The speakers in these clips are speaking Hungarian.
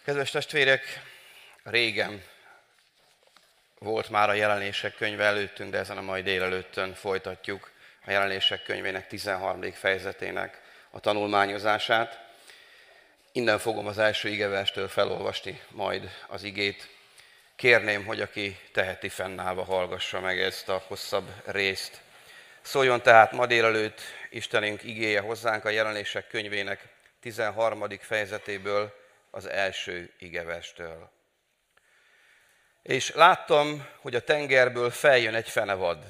Kedves testvérek, régen volt már a Jelenések könyve előttünk, de ezen a mai délelőttön folytatjuk a Jelenések könyvének 13. fejezetének a tanulmányozását. Innen fogom az első igeverstől felolvasni majd az igét. Kérném, hogy aki teheti, fennállva hallgassa meg ezt a hosszabb részt. Szóljon tehát ma délelőtt Istenünk igéje hozzánk a Jelenések könyvének 13. fejezetéből, az első igeverstől. És láttam, hogy a tengerből feljön egy fenevad.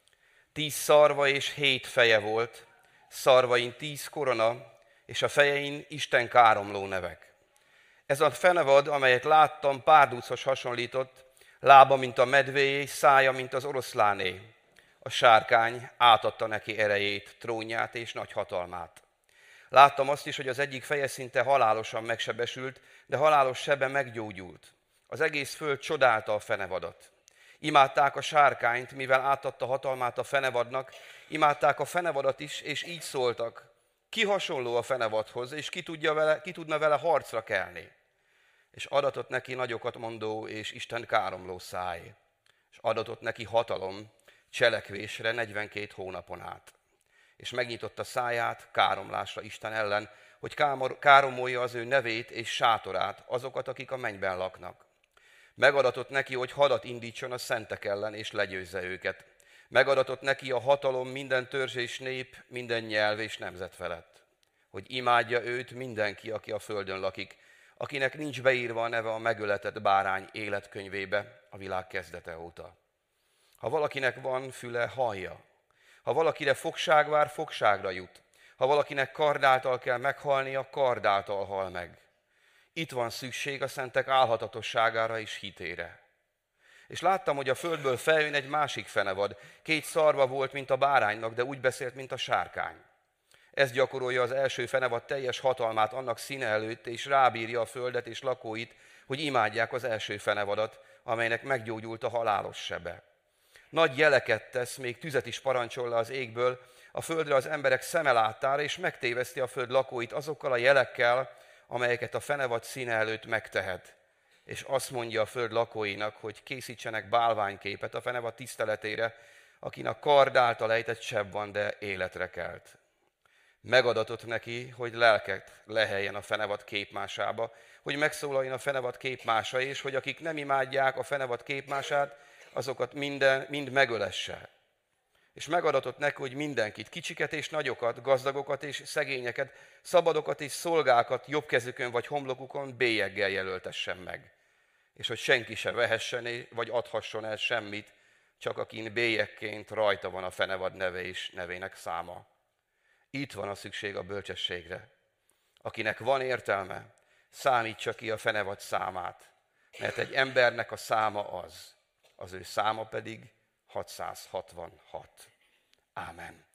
10 szarva és 7 feje volt, szarvain 10 korona, és a fejein Isten káromló nevek. Ez a fenevad, amelyet láttam, párduchoz hasonlított, lába, mint a medvéé, szája, mint az oroszláné. A sárkány átadta neki erejét, trónját és nagy hatalmát. Láttam azt is, hogy az egyik feje szinte halálosan megsebesült, de halálos sebe meggyógyult. Az egész föld csodálta a fenevadat. Imádták a sárkányt, mivel átadta hatalmát a fenevadnak, imádták a fenevadat is, és így szóltak: ki hasonló a fenevadhoz, és ki tudna vele harcra kelni? És adatott neki nagyokat mondó és Isten káromló száj, és adatott neki hatalom cselekvésre 42 hónapon át. És megnyitotta száját káromlásra Isten ellen, hogy káromolja az ő nevét és sátorát, azokat, akik a mennyben laknak. Megadatott neki, hogy hadat indítson a szentek ellen, és legyőzze őket. Megadatott neki a hatalom minden törzs és nép, minden nyelv és nemzet felett. Hogy imádja őt mindenki, aki a földön lakik, akinek nincs beírva a neve a megöletett bárány életkönyvébe a világ kezdete óta. Ha valakinek van füle, hallja. Ha valakire fogság vár, fogságra jut. Ha valakinek kard által kell meghalnia, kard által hal meg. Itt van szükség a szentek álhatatosságára és hitére. És láttam, hogy a földből feljön egy másik fenevad. 2 szarva volt, mint a báránynak, de úgy beszélt, mint a sárkány. Ez gyakorolja az első fenevad teljes hatalmát annak színe előtt, és rábírja a földet és lakóit, hogy imádják az első fenevadat, amelynek meggyógyult a halálos sebe. Nagy jeleket tesz, még tüzet is parancsol le az égből, a földre az emberek szeme láttára, és megtéveszti a föld lakóit azokkal a jelekkel, amelyeket a fenevad színe előtt megtehet. És azt mondja a föld lakóinak, hogy készítsenek bálványképet a fenevad tiszteletére, akinek kard által ejtett seb van, de életre kelt. Megadatott neki, hogy lelket leheljen a fenevad képmásába, hogy megszólaljon a fenevad képmása, és hogy akik nem imádják a fenevad képmását, azokat mind megölesse. És megadatott neki, hogy mindenkit, kicsiket és nagyokat, gazdagokat és szegényeket, szabadokat és szolgákat jobb kezükön vagy homlokukon bélyeggel jelöltessen meg. És hogy senki se vehessen vagy adhasson el semmit, csak akin bélyegként rajta van a fenevad neve és nevének száma. Itt van a szükség a bölcsességre. Akinek van értelme, számítsa ki a fenevad számát, mert egy embernek a száma az ő száma pedig 666. Ámen.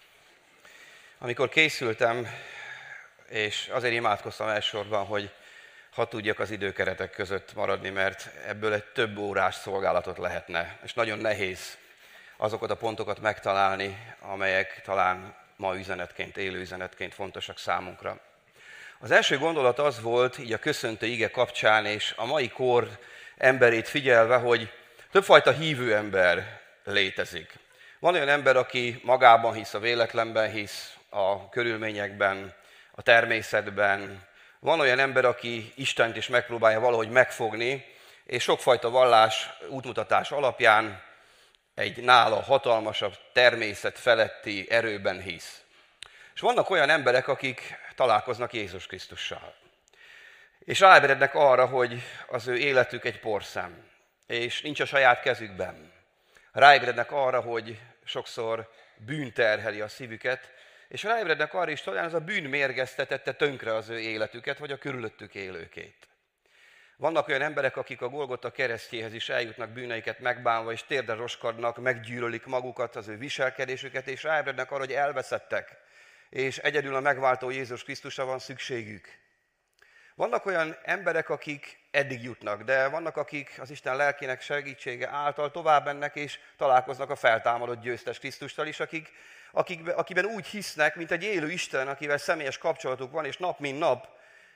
Amikor készültem, és azért imádkoztam elsősorban, hogy ha tudjak az időkeretek között maradni, mert ebből egy több órás szolgálatot lehetne, és nagyon nehéz azokat a pontokat megtalálni, amelyek talán ma üzenetként, élő üzenetként fontosak számunkra. Az első gondolat az volt, így a köszöntő ige kapcsán, és a mai kor emberét figyelve, hogy többfajta hívő ember létezik. Van olyan ember, aki magában hisz, a véletlenben hisz, a körülményekben, a természetben. Van olyan ember, aki Istent is megpróbálja valahogy megfogni, és sokfajta vallás, útmutatás alapján egy nála hatalmasabb, természet feletti erőben hisz. És vannak olyan emberek, akik találkoznak Jézus Krisztussal. És ráébrednek arra, hogy az ő életük egy porszem, és nincs a saját kezükben. Ráébrednek arra, hogy sokszor bűn terheli a szívüket, és ráébrednek arra is, talán ez a bűn mérgeztetette tönkre az ő életüket, vagy a körülöttük élőkét. Vannak olyan emberek, akik a Golgota keresztjéhez is eljutnak bűneiket megbánva, és térdre roskadnak, meggyűlölik magukat, az ő viselkedésüket, és ráébrednek arra, hogy elveszettek, és egyedül a megváltó Jézus Krisztusra van szükségük. Vannak olyan emberek, akik eddig jutnak, de vannak, akik az Isten lelkének segítsége által tovább mennek, és találkoznak a feltámadott győztes Krisztussal is, akiben úgy hisznek, mint egy élő Isten, akivel személyes kapcsolatuk van, és nap mint nap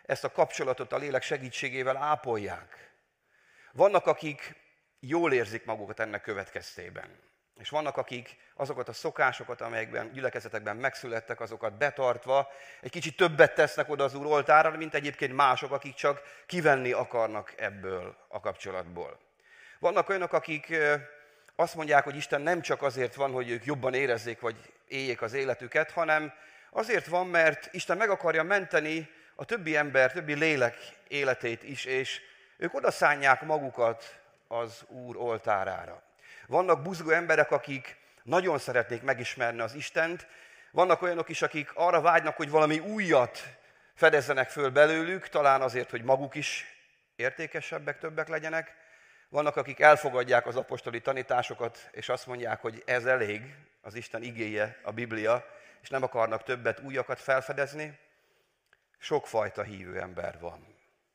ezt a kapcsolatot a lélek segítségével ápolják. Vannak, akik jól érzik magukat ennek következtében. És vannak, akik azokat a szokásokat, amelyekben gyülekezetekben megszülettek, azokat betartva egy kicsit többet tesznek oda az Úr oltára, mint egyébként mások, akik csak kivenni akarnak ebből a kapcsolatból. Vannak olyanok, akik azt mondják, hogy Isten nem csak azért van, hogy ők jobban érezzék, vagy éljék az életüket, hanem azért van, mert Isten meg akarja menteni a többi ember, többi lélek életét is, és ők odaszánják magukat az Úr oltárára. Vannak buzgó emberek, akik nagyon szeretnék megismerni az Istent, vannak olyanok is, akik arra vágynak, hogy valami újat fedezzenek föl belőlük, talán azért, hogy maguk is értékesebbek, többek legyenek. Vannak, akik elfogadják az apostoli tanításokat, és azt mondják, hogy ez elég, az Isten igéje, a Biblia, és nem akarnak többet, újakat felfedezni. Sokfajta hívő ember van.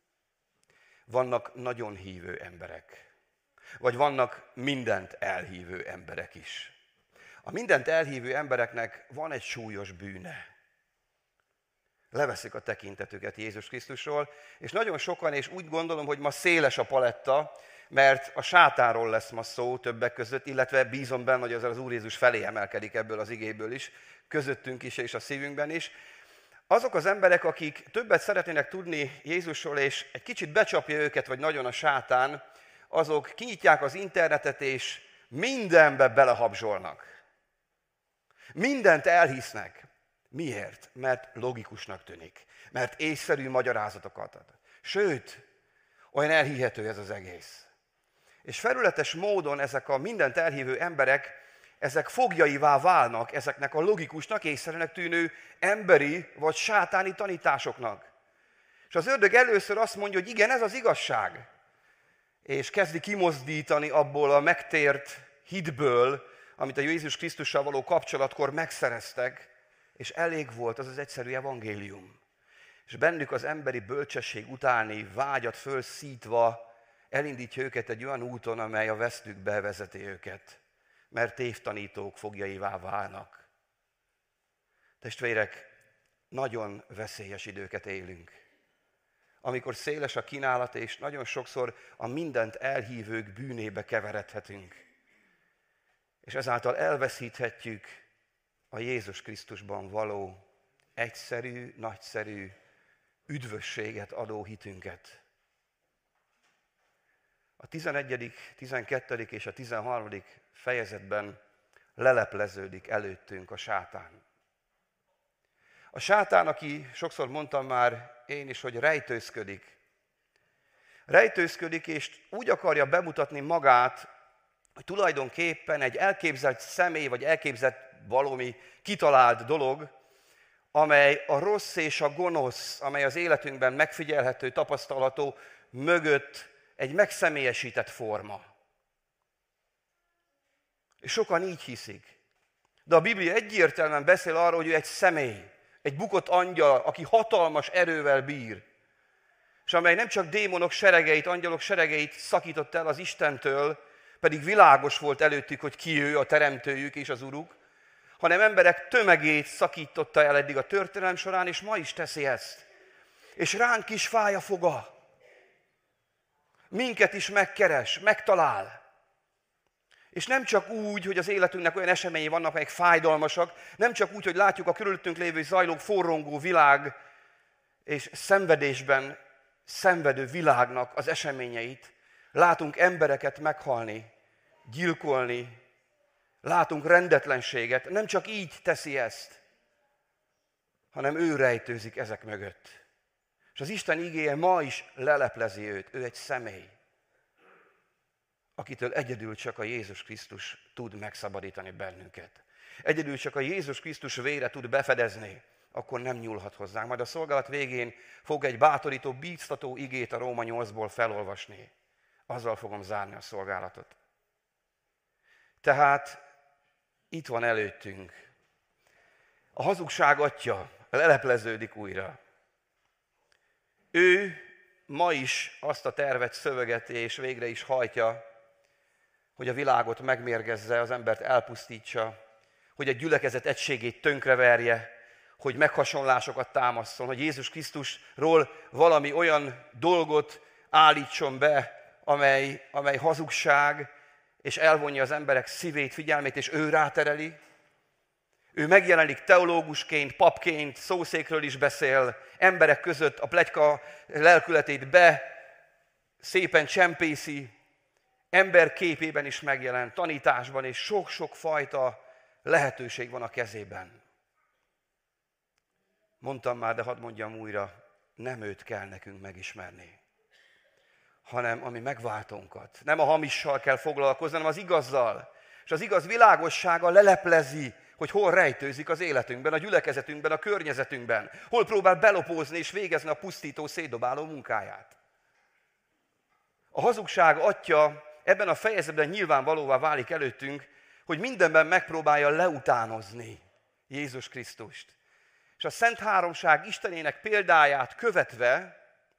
Vannak nagyon hívő emberek. Vagy vannak mindent elhívő emberek is. A mindent elhívő embereknek van egy súlyos bűne. Leveszik a tekintetüket Jézus Krisztusról, és nagyon sokan, és úgy gondolom, hogy ma széles a paletta, mert a sátánról lesz ma szó többek között, illetve bízom benne, hogy az Úr Jézus felé emelkedik ebből az igéből is, közöttünk is és a szívünkben is. Azok az emberek, akik többet szeretnének tudni Jézusról, és egy kicsit becsapja őket, vagy nagyon a sátán, azok kinyitják az internetet, és mindenbe belehabzsolnak. Mindent elhisznek. Miért? Mert logikusnak tűnik. Mert észszerű magyarázatokat ad. Sőt, olyan elhihető ez az egész. És felületes módon ezek a mindent elhívő emberek, ezek fogjaivá válnak ezeknek a logikusnak, észszerűnek tűnő emberi vagy sátáni tanításoknak. És az ördög először azt mondja, hogy igen, ez az igazság. És kezdi kimozdítani abból a megtért hitből, amit a Jézus Krisztussal való kapcsolatkor megszereztek, és elég volt az az egyszerű evangélium. És bennük az emberi bölcsesség utáni vágyat fölszítva elindítja őket egy olyan úton, amely a vesztükbe vezeti őket, mert tévtanítók fogjaivá válnak. Testvérek, nagyon veszélyes időket élünk, amikor széles a kínálat, és nagyon sokszor a mindent elhívők bűnébe keveredhetünk. És ezáltal elveszíthetjük a Jézus Krisztusban való egyszerű, nagyszerű, üdvösséget adó hitünket. A 11., 12. és a 13. fejezetben lelepleződik előttünk a sátán. A sátán, aki sokszor mondtam már én is, hogy rejtőzködik. Rejtőzködik, és úgy akarja bemutatni magát, hogy tulajdonképpen egy elképzelt személy, vagy elképzelt valami kitalált dolog, amely a rossz és a gonosz, amely az életünkben megfigyelhető, tapasztalható mögött egy megszemélyesített forma. És sokan így hiszik. De a Biblia egyértelműen beszél arról, hogy ő egy személy, egy bukott angyal, aki hatalmas erővel bír, és amely nem csak démonok seregeit, angyalok seregeit szakított el az Istentől, pedig világos volt előttük, hogy ki ő, a teremtőjük és az uruk, hanem emberek tömegét szakította el eddig a történelem során, és ma is teszi ezt. És ránk is fáj a foga. Minket is megkeres, megtalál. És nem csak úgy, hogy az életünknek olyan eseményei vannak, amelyek fájdalmasak, nem csak úgy, hogy látjuk a körülöttünk lévő zajló, forrongó világ és szenvedésben szenvedő világnak az eseményeit. Látunk embereket meghalni, gyilkolni, látunk rendetlenséget. Nem csak így teszi ezt, hanem ő rejtőzik ezek mögött. És az Isten igéje ma is leleplezi őt. Ő egy személy, akitől egyedül csak a Jézus Krisztus tud megszabadítani bennünket. Egyedül csak a Jézus Krisztus vére tud befedezni, akkor nem nyúlhat hozzánk. Majd a szolgálat végén fog egy bátorító, bíztató igét a Róma 8-ból felolvasni. Azzal fogom zárni a szolgálatot. Tehát itt van előttünk. A hazugság atya lelepleződik újra. Ő ma is azt a tervet szövegeti és végre is hajtja, hogy a világot megmérgezze, az embert elpusztítsa, hogy egy gyülekezet egységét tönkreverje, hogy meghasonlásokat támaszson, hogy Jézus Krisztusról valami olyan dolgot állítson be, amely hazugság, és elvonja az emberek szívét, figyelmét, és ő rátereli. Ő megjelenik teológusként, papként, szószékről is beszél, emberek között a pletyka lelkületét szépen csempészi, ember képében is megjelent, tanításban, és sok-sok fajta lehetőség van a kezében. Mondtam már, de hadd mondjam újra, nem őt kell nekünk megismerni, hanem a mi megváltónkat. Nem a hamissal kell foglalkozni, hanem az igazzal. És az igaz világossága leleplezi, hogy hol rejtőzik az életünkben, a gyülekezetünkben, a környezetünkben, hol próbál belopózni és végezni a pusztító, szétdobáló munkáját. A hazugság atya ebben a fejezetben nyilvánvalóvá válik előttünk, hogy mindenben megpróbálja leutánozni Jézus Krisztust. És a Szent Háromság Istenének példáját követve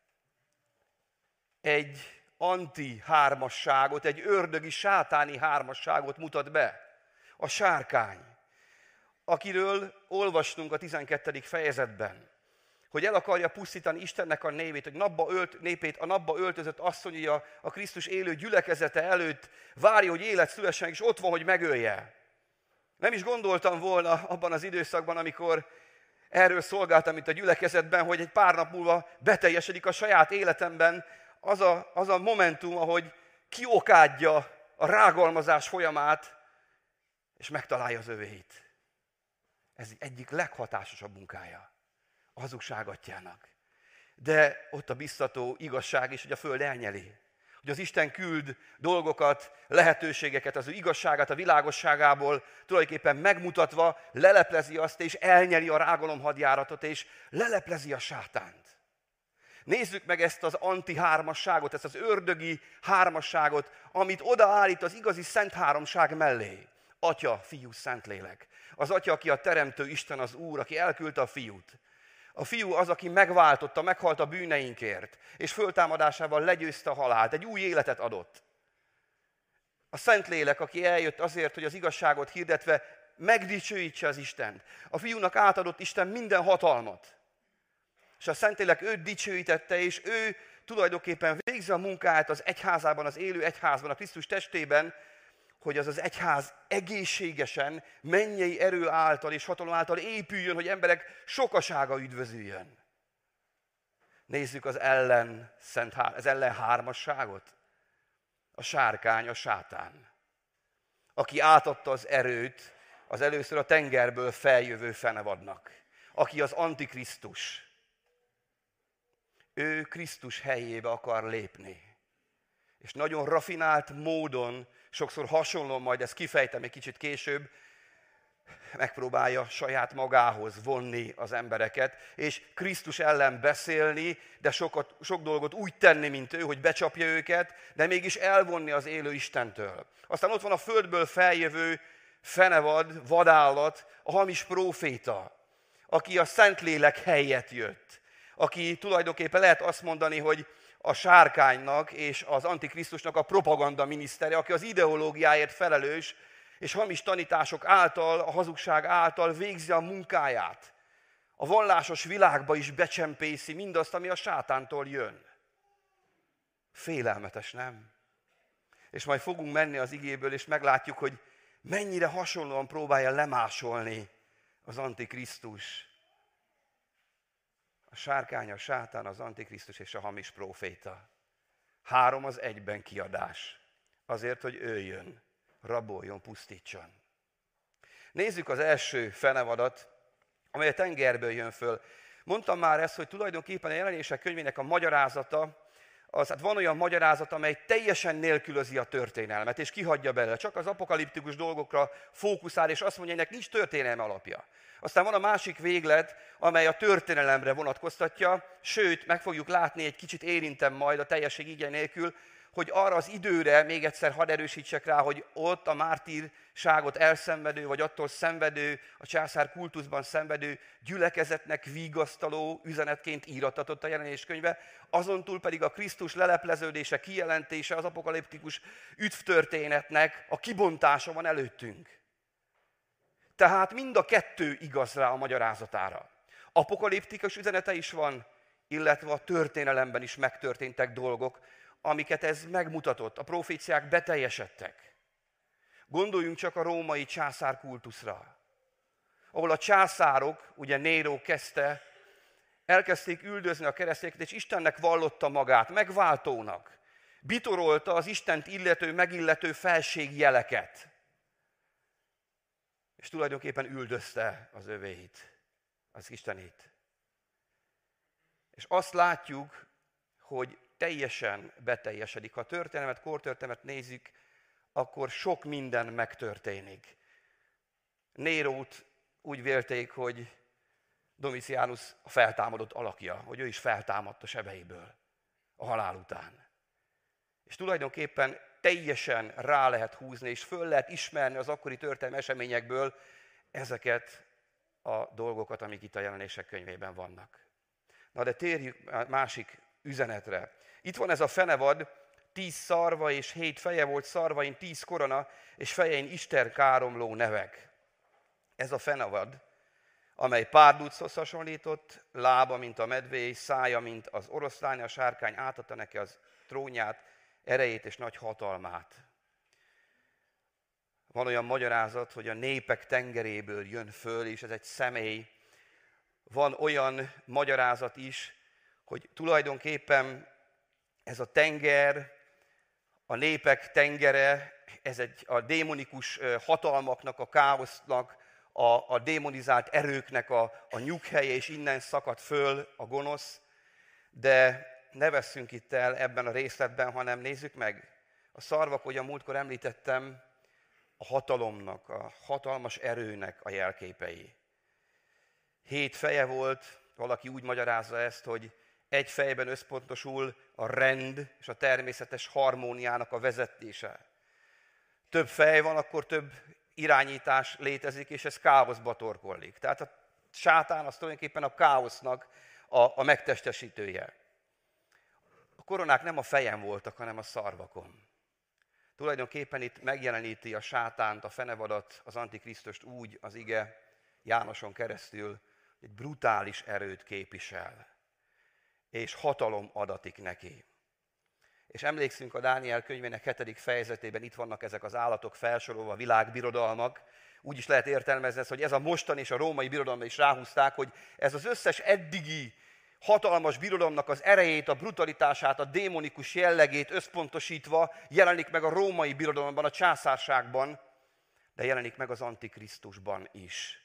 egy anti-hármasságot, egy ördögi sátáni hármasságot mutat be. A sárkány, akiről olvastunk a 12. fejezetben, hogy el akarja pusztítani Istennek a népét, a napba öltözött asszony, a Krisztus élő gyülekezete előtt várja, hogy élet szülessen, és ott van, hogy megölje. Nem is gondoltam volna abban az időszakban, amikor erről szolgáltam itt a gyülekezetben, hogy egy pár nap múlva beteljesedik a saját életemben az a momentum, ahogy kiokádja a rágalmazás folyamát, és megtalálja az övéit. Ez egyik leghatásosabb munkája a hazugság atyának. De ott a biztató igazság is, hogy a föld elnyeli. Hogy az Isten küld dolgokat, lehetőségeket, az ő igazságát a világosságából tulajdonképpen megmutatva, leleplezi azt, és elnyeli a rágalom hadjáratot, és leleplezi a sátánt. Nézzük meg ezt az anti-hármasságot, ezt az ördögi hármasságot, amit odaállít az igazi szent háromság mellé. Atya, Fiú, Szentlélek. Az Atya, aki a teremtő Isten, az Úr, aki elküldte a Fiút. A Fiú az, aki megváltotta, meghalt a bűneinkért, és föltámadásával legyőzte a halált, egy új életet adott. A Szentlélek, aki eljött azért, hogy az igazságot hirdetve megdicsőítse az Istent. A Fiúnak átadott Isten minden hatalmat. És a Szentlélek őt dicsőítette, és ő tulajdonképpen végzi a munkáját az egyházában, az élő egyházban, a Krisztus testében, hogy az egész egészségesen, mennyei erő által és hatalom által épüljön, hogy emberek sokasága üdvözüljön. Nézzük az ellen hármasságot. A sárkány, a sátán, aki átadta az erőt az először a tengerből feljövő fenevadnak, aki az Antikrisztus. Ő Krisztus helyébe akar lépni. És nagyon rafinált módon, sokszor hasonlóan, majd ezt kifejtem egy kicsit később, megpróbálja saját magához vonni az embereket, és Krisztus ellen beszélni, de sok dolgot úgy tenni, mint ő, hogy becsapja őket, de mégis elvonni az élő Istentől. Aztán ott van a földből feljövő fenevad, vadállat, a hamis próféta, aki a Szentlélek helyett jött, aki tulajdonképpen lehet azt mondani, hogy a sárkánynak és az Antikrisztusnak a propaganda minisztere, aki az ideológiáért felelős, és hamis tanítások által, a hazugság által végzi a munkáját. A vallásos világba is becsempészi mindazt, ami a sátántól jön. Félelmetes, nem? És majd fogunk menni az igéből, és meglátjuk, hogy mennyire hasonlóan próbálja lemásolni az Antikrisztus. A sárkány, a sátán, az Antikrisztus és a hamis próféta. 3 az egyben kiadás. Azért, hogy ő jön, raboljon, pusztítson. Nézzük az első fenevadat, amely a tengerből jön föl. Mondtam már ezt, hogy tulajdonképpen a Jelenések könyvének a magyarázata, hát van olyan magyarázat, amely teljesen nélkülözi a történelmet, és kihagyja belőle. Csak az apokaliptikus dolgokra fókuszál, és azt mondja, hogy ennek nincs történelmi alapja. Aztán van a másik véglet, amely a történelemre vonatkoztatja, sőt, meg fogjuk látni, egy kicsit érintem majd a teljesség igény nélkül, hogy arra az időre még egyszer hadd erősítsek rá, hogy ott a mártírságot elszenvedő, vagy attól szenvedő, a császár kultuszban szenvedő gyülekezetnek vigasztaló üzenetként írattatott a Jelenés könyve, azon túl pedig a Krisztus lelepleződése, kijelentése, az apokaliptikus üdvtörténetnek a kibontása van előttünk. Tehát mind a kettő igaz rá a magyarázatára. Apokaliptikus üzenete is van, illetve a történelemben is megtörténtek dolgok, amiket ez megmutatott. A proféciák beteljesedtek. Gondoljunk csak a római császárkultuszra, ahol a császárok, ugye Néró kezdte, elkezdték üldözni a keresztényeket, és Istennek vallotta magát, megváltónak. Bitorolta az Istent illető, megillető felségjeleket. És tulajdonképpen üldözte az övéit, az Istenét. És azt látjuk, hogy teljesen beteljesedik. Ha a történelmet, kortörténelmet nézzük, akkor sok minden megtörténik. Nérót úgy vélték, hogy Domitianus a feltámadott alakja, hogy ő is feltámadt a sebeiből a halál után. És tulajdonképpen teljesen rá lehet húzni, és föl lehet ismerni az akkori történelmi eseményekből ezeket a dolgokat, amik itt a Jelenések könyvében vannak. Na de térjük a másik üzenetre. Itt van ez a fenevad, 10 szarva és 7 feje volt, szarvain 10 korona, és fejein istenkáromló nevek. Ez a fenevad, amely párduchoz hasonlított, lába, mint a medvé, szája, mint az oroszlány, a sárkány átadta neki az trónját, erejét és nagy hatalmát. Van olyan magyarázat, hogy a népek tengeréből jön föl, és ez egy személy. Van olyan magyarázat is, hogy tulajdonképpen ez a tenger, a népek tengere, ez a démonikus hatalmaknak, a káosznak, a démonizált erőknek a nyughelye, és innen szakad föl a gonosz, de ne vesszünk itt el ebben a részletben, hanem nézzük meg. A szarvak, hogy a múltkor említettem, a hatalomnak, a hatalmas erőnek a jelképei. 7 feje volt, valaki úgy magyarázza ezt, hogy egy fejben összpontosul a rend és a természetes harmóniának a vezetése. Több fej van, akkor több irányítás létezik, és ez káoszba torkollik. Tehát a sátán az tulajdonképpen a káosznak a megtestesítője. A koronák nem a fejen voltak, hanem a szarvakon. Tulajdonképpen itt megjeleníti a sátánt, a fenevadat, az antikrisztust úgy az ige Jánoson keresztül, hogy egy brutális erőt képvisel, és hatalom adatik neki. És emlékszünk a Dániel könyvének 7. fejezetében, itt vannak ezek az állatok felsorolva, világbirodalmak. Úgy is lehet értelmezni ezt, hogy ez a mostani és a római birodalomra is ráhúzták, hogy ez az összes eddigi hatalmas birodalomnak az erejét, a brutalitását, a démonikus jellegét összpontosítva jelenik meg a római birodalomban, a császárságban, de jelenik meg az antikrisztusban is.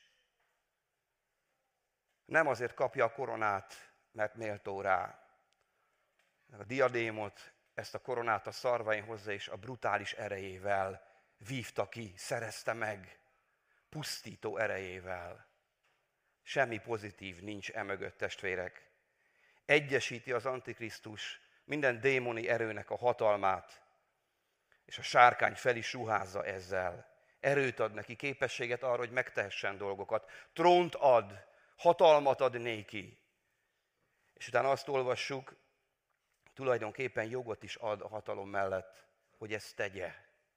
Nem azért kapja a koronát, mert méltó rá. A diadémot, ezt a koronát a szarvain hozza, és a brutális erejével vívta ki, szerezte meg, pusztító erejével. Semmi pozitív nincs emögött, testvérek. Egyesíti az antikrisztus minden démoni erőnek a hatalmát, és a sárkány fel is ruházza ezzel. Erőt ad neki, képességet arra, hogy megtehessen dolgokat. Trónt ad, hatalmat ad néki. És utána azt olvassuk, tulajdonképpen jogot is ad a hatalom mellett, hogy ezt tegye.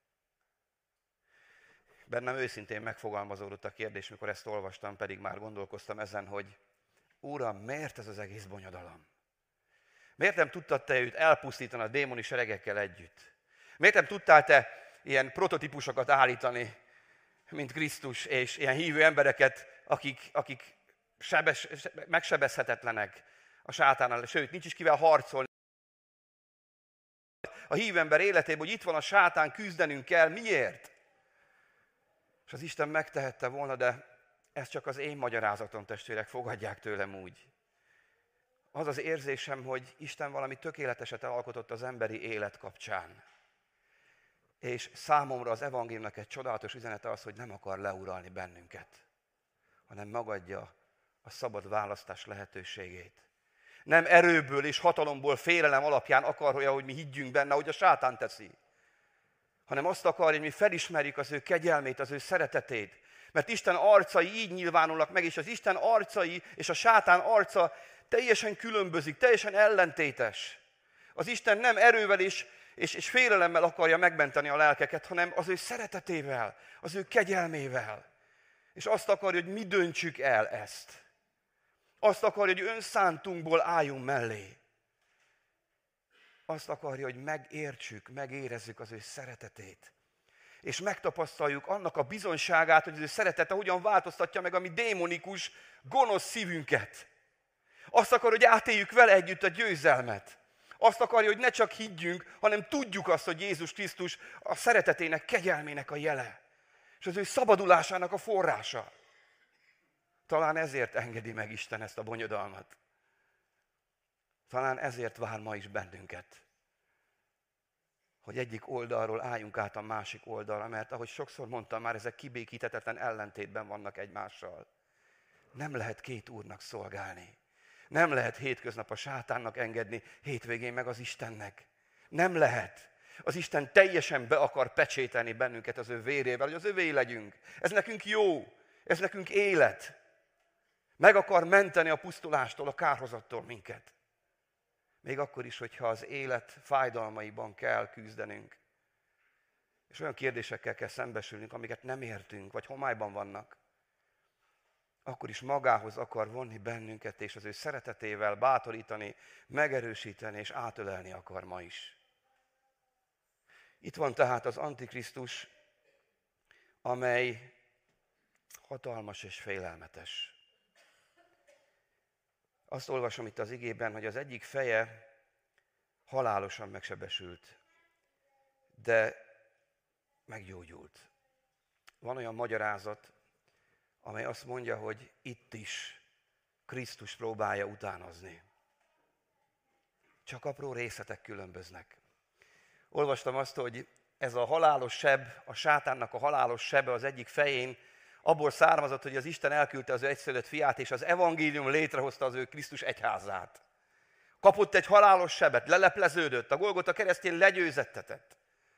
Bennem őszintén megfogalmazódott a kérdés, mikor ezt olvastam, pedig már gondolkoztam ezen, hogy Uram, miért ez az egész bonyodalom? Miért nem tudtad te őt elpusztítani a démoni seregekkel együtt? Miért nem tudtál te ilyen prototípusokat állítani, mint Krisztus, és ilyen hívő embereket, akik megsebezhetetlenek a sátánnal, sőt, nincs is kivel harcolni. A hívő ember életében, hogy itt van a sátán, küzdenünk kell. Miért? És az Isten megtehette volna, de ez csak az én magyarázatom, testvérek, fogadják tőlem úgy. Az az érzésem, hogy Isten valami tökéleteset alkotott az emberi élet kapcsán. És számomra az evangéliumnak egy csodálatos üzenete az, hogy nem akar leuralni bennünket, hanem megadja a szabad választás lehetőségét. Nem erőből és hatalomból, félelem alapján akarja, hogy mi higgyünk benne, ahogy a sátán teszi, hanem azt akarja, hogy mi felismerjük az ő kegyelmét, az ő szeretetét. Mert Isten arcai így nyilvánulnak meg, és az Isten arcai és a sátán arca teljesen különbözik, teljesen ellentétes. Az Isten nem erővel és félelemmel akarja megmenteni a lelkeket, hanem az ő szeretetével, az ő kegyelmével. És azt akarja, hogy mi döntsük el ezt. Azt akarja, hogy önszántunkból álljunk mellé. Azt akarja, hogy megértsük, megérezzük az ő szeretetét. És megtapasztaljuk annak a bizonyságát, hogy az ő szeretete hogyan változtatja meg a mi démonikus, gonosz szívünket. Azt akarja, hogy átéljük vele együtt a győzelmet. Azt akarja, hogy ne csak higgyünk, hanem tudjuk azt, hogy Jézus Krisztus a szeretetének, kegyelmének a jele. És az ő szabadulásának a forrása. Talán ezért engedi meg Isten ezt a bonyodalmat. Talán ezért vár ma is bennünket. Hogy egyik oldalról álljunk át a másik oldalra, mert ahogy sokszor mondtam már, ezek kibékíthetetlen ellentétben vannak egymással. Nem lehet két úrnak szolgálni. Nem lehet hétköznap a sátánnak engedni, hétvégén meg az Istennek. Nem lehet. Az Isten teljesen be akar pecsételni bennünket az ő vérével, hogy az övé legyünk. Ez nekünk jó, ez nekünk élet. Meg akar menteni a pusztulástól, a kárhozattól minket. Még akkor is, hogyha az élet fájdalmaiban kell küzdenünk. És olyan kérdésekkel kell szembesülnünk, amiket nem értünk, vagy homályban vannak. Akkor is magához akar vonni bennünket, és az ő szeretetével bátorítani, megerősíteni és átölelni akar ma is. Itt van tehát az Antikrisztus, amely hatalmas és félelmetes. Azt olvasom itt az igében, hogy az egyik feje halálosan megsebesült, de meggyógyult. Van olyan magyarázat, amely azt mondja, hogy itt is Krisztus próbálja utánozni. Csak apró részletek különböznek. Olvastam azt, hogy ez a halálos seb, a sátánnak a halálos sebe az egyik fején abból származott, hogy az Isten elküldte az ő egyszülött fiát, és az evangélium létrehozta az ő Krisztus egyházát. Kapott egy halálos sebet, lelepleződött, a Golgota keresztjén legyőzettetett.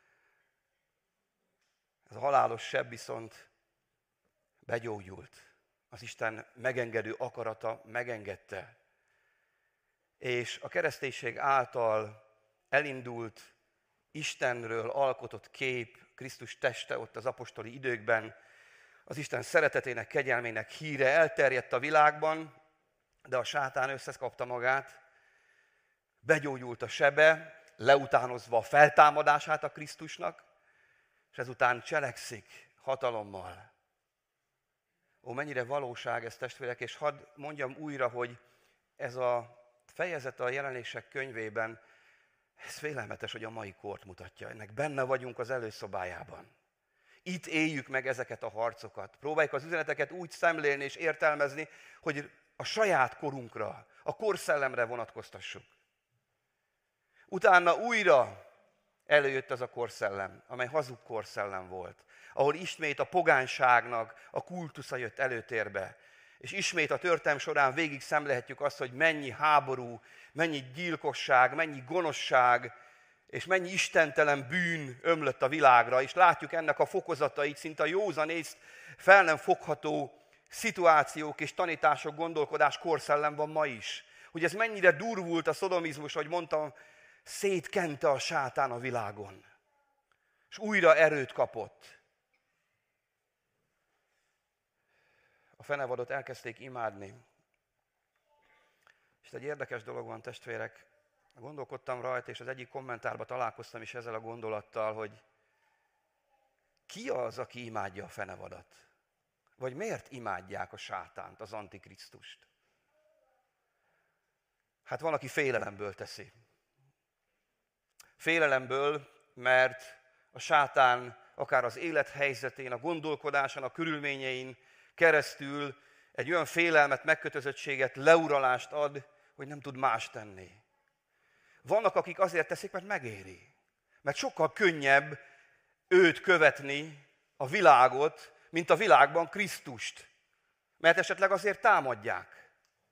Ez a halálos seb viszont begyógyult. Az Isten megengedő akarata megengedte. És a kereszténység által elindult Istenről alkotott kép, Krisztus teste ott az apostoli időkben, az Isten szeretetének, kegyelmének híre elterjedt a világban, de a sátán összekapta magát, begyógyult a sebe, leutánozva a feltámadását a Krisztusnak, és ezután cselekszik hatalommal. Ó, mennyire valóság ez, testvérek, és hadd mondjam újra, hogy ez a fejezet a Jelenések könyvében, ez félelmetes, hogy a mai kort mutatja. Ennek benne vagyunk az előszobájában. Itt éljük meg ezeket a harcokat. Próbáljuk az üzeneteket úgy szemlélni és értelmezni, hogy a saját korunkra, a korszellemre vonatkoztassuk. Utána újra előjött az a korszellem, amely hazug korszellem volt, ahol ismét a pogányságnak a kultusza jött előtérbe. És ismét a történelem során végig szemlélhetjük azt, hogy mennyi háború, mennyi gyilkosság, mennyi gonoszság, és mennyi istentelen bűn ömlött a világra, és látjuk ennek a fokozatait, szinte a józanészt fel nem fogható szituációk és tanítások, gondolkodás korszellem van ma is. Hogy ez mennyire durvult a szodomizmus, ahogy mondtam, szétkente a sátán a világon. És újra erőt kapott. A fenevadot elkezdték imádni. És egy érdekes dolog van, testvérek, gondolkodtam rajta, és az egyik kommentárban találkoztam is ezzel a gondolattal, hogy ki az, aki imádja a fenevadat? Vagy miért imádják a sátánt, az Antikrisztust? Hát van, aki félelemből teszi. Félelemből, mert a sátán akár az élethelyzetén, a gondolkodásán, a körülményein keresztül egy olyan félelmet, megkötözöttséget, leuralást ad, hogy nem tud más tenni. Vannak, akik azért teszik, mert megéri. Mert sokkal könnyebb őt követni, a világot, mint a világban Krisztust. Mert esetleg azért támadják.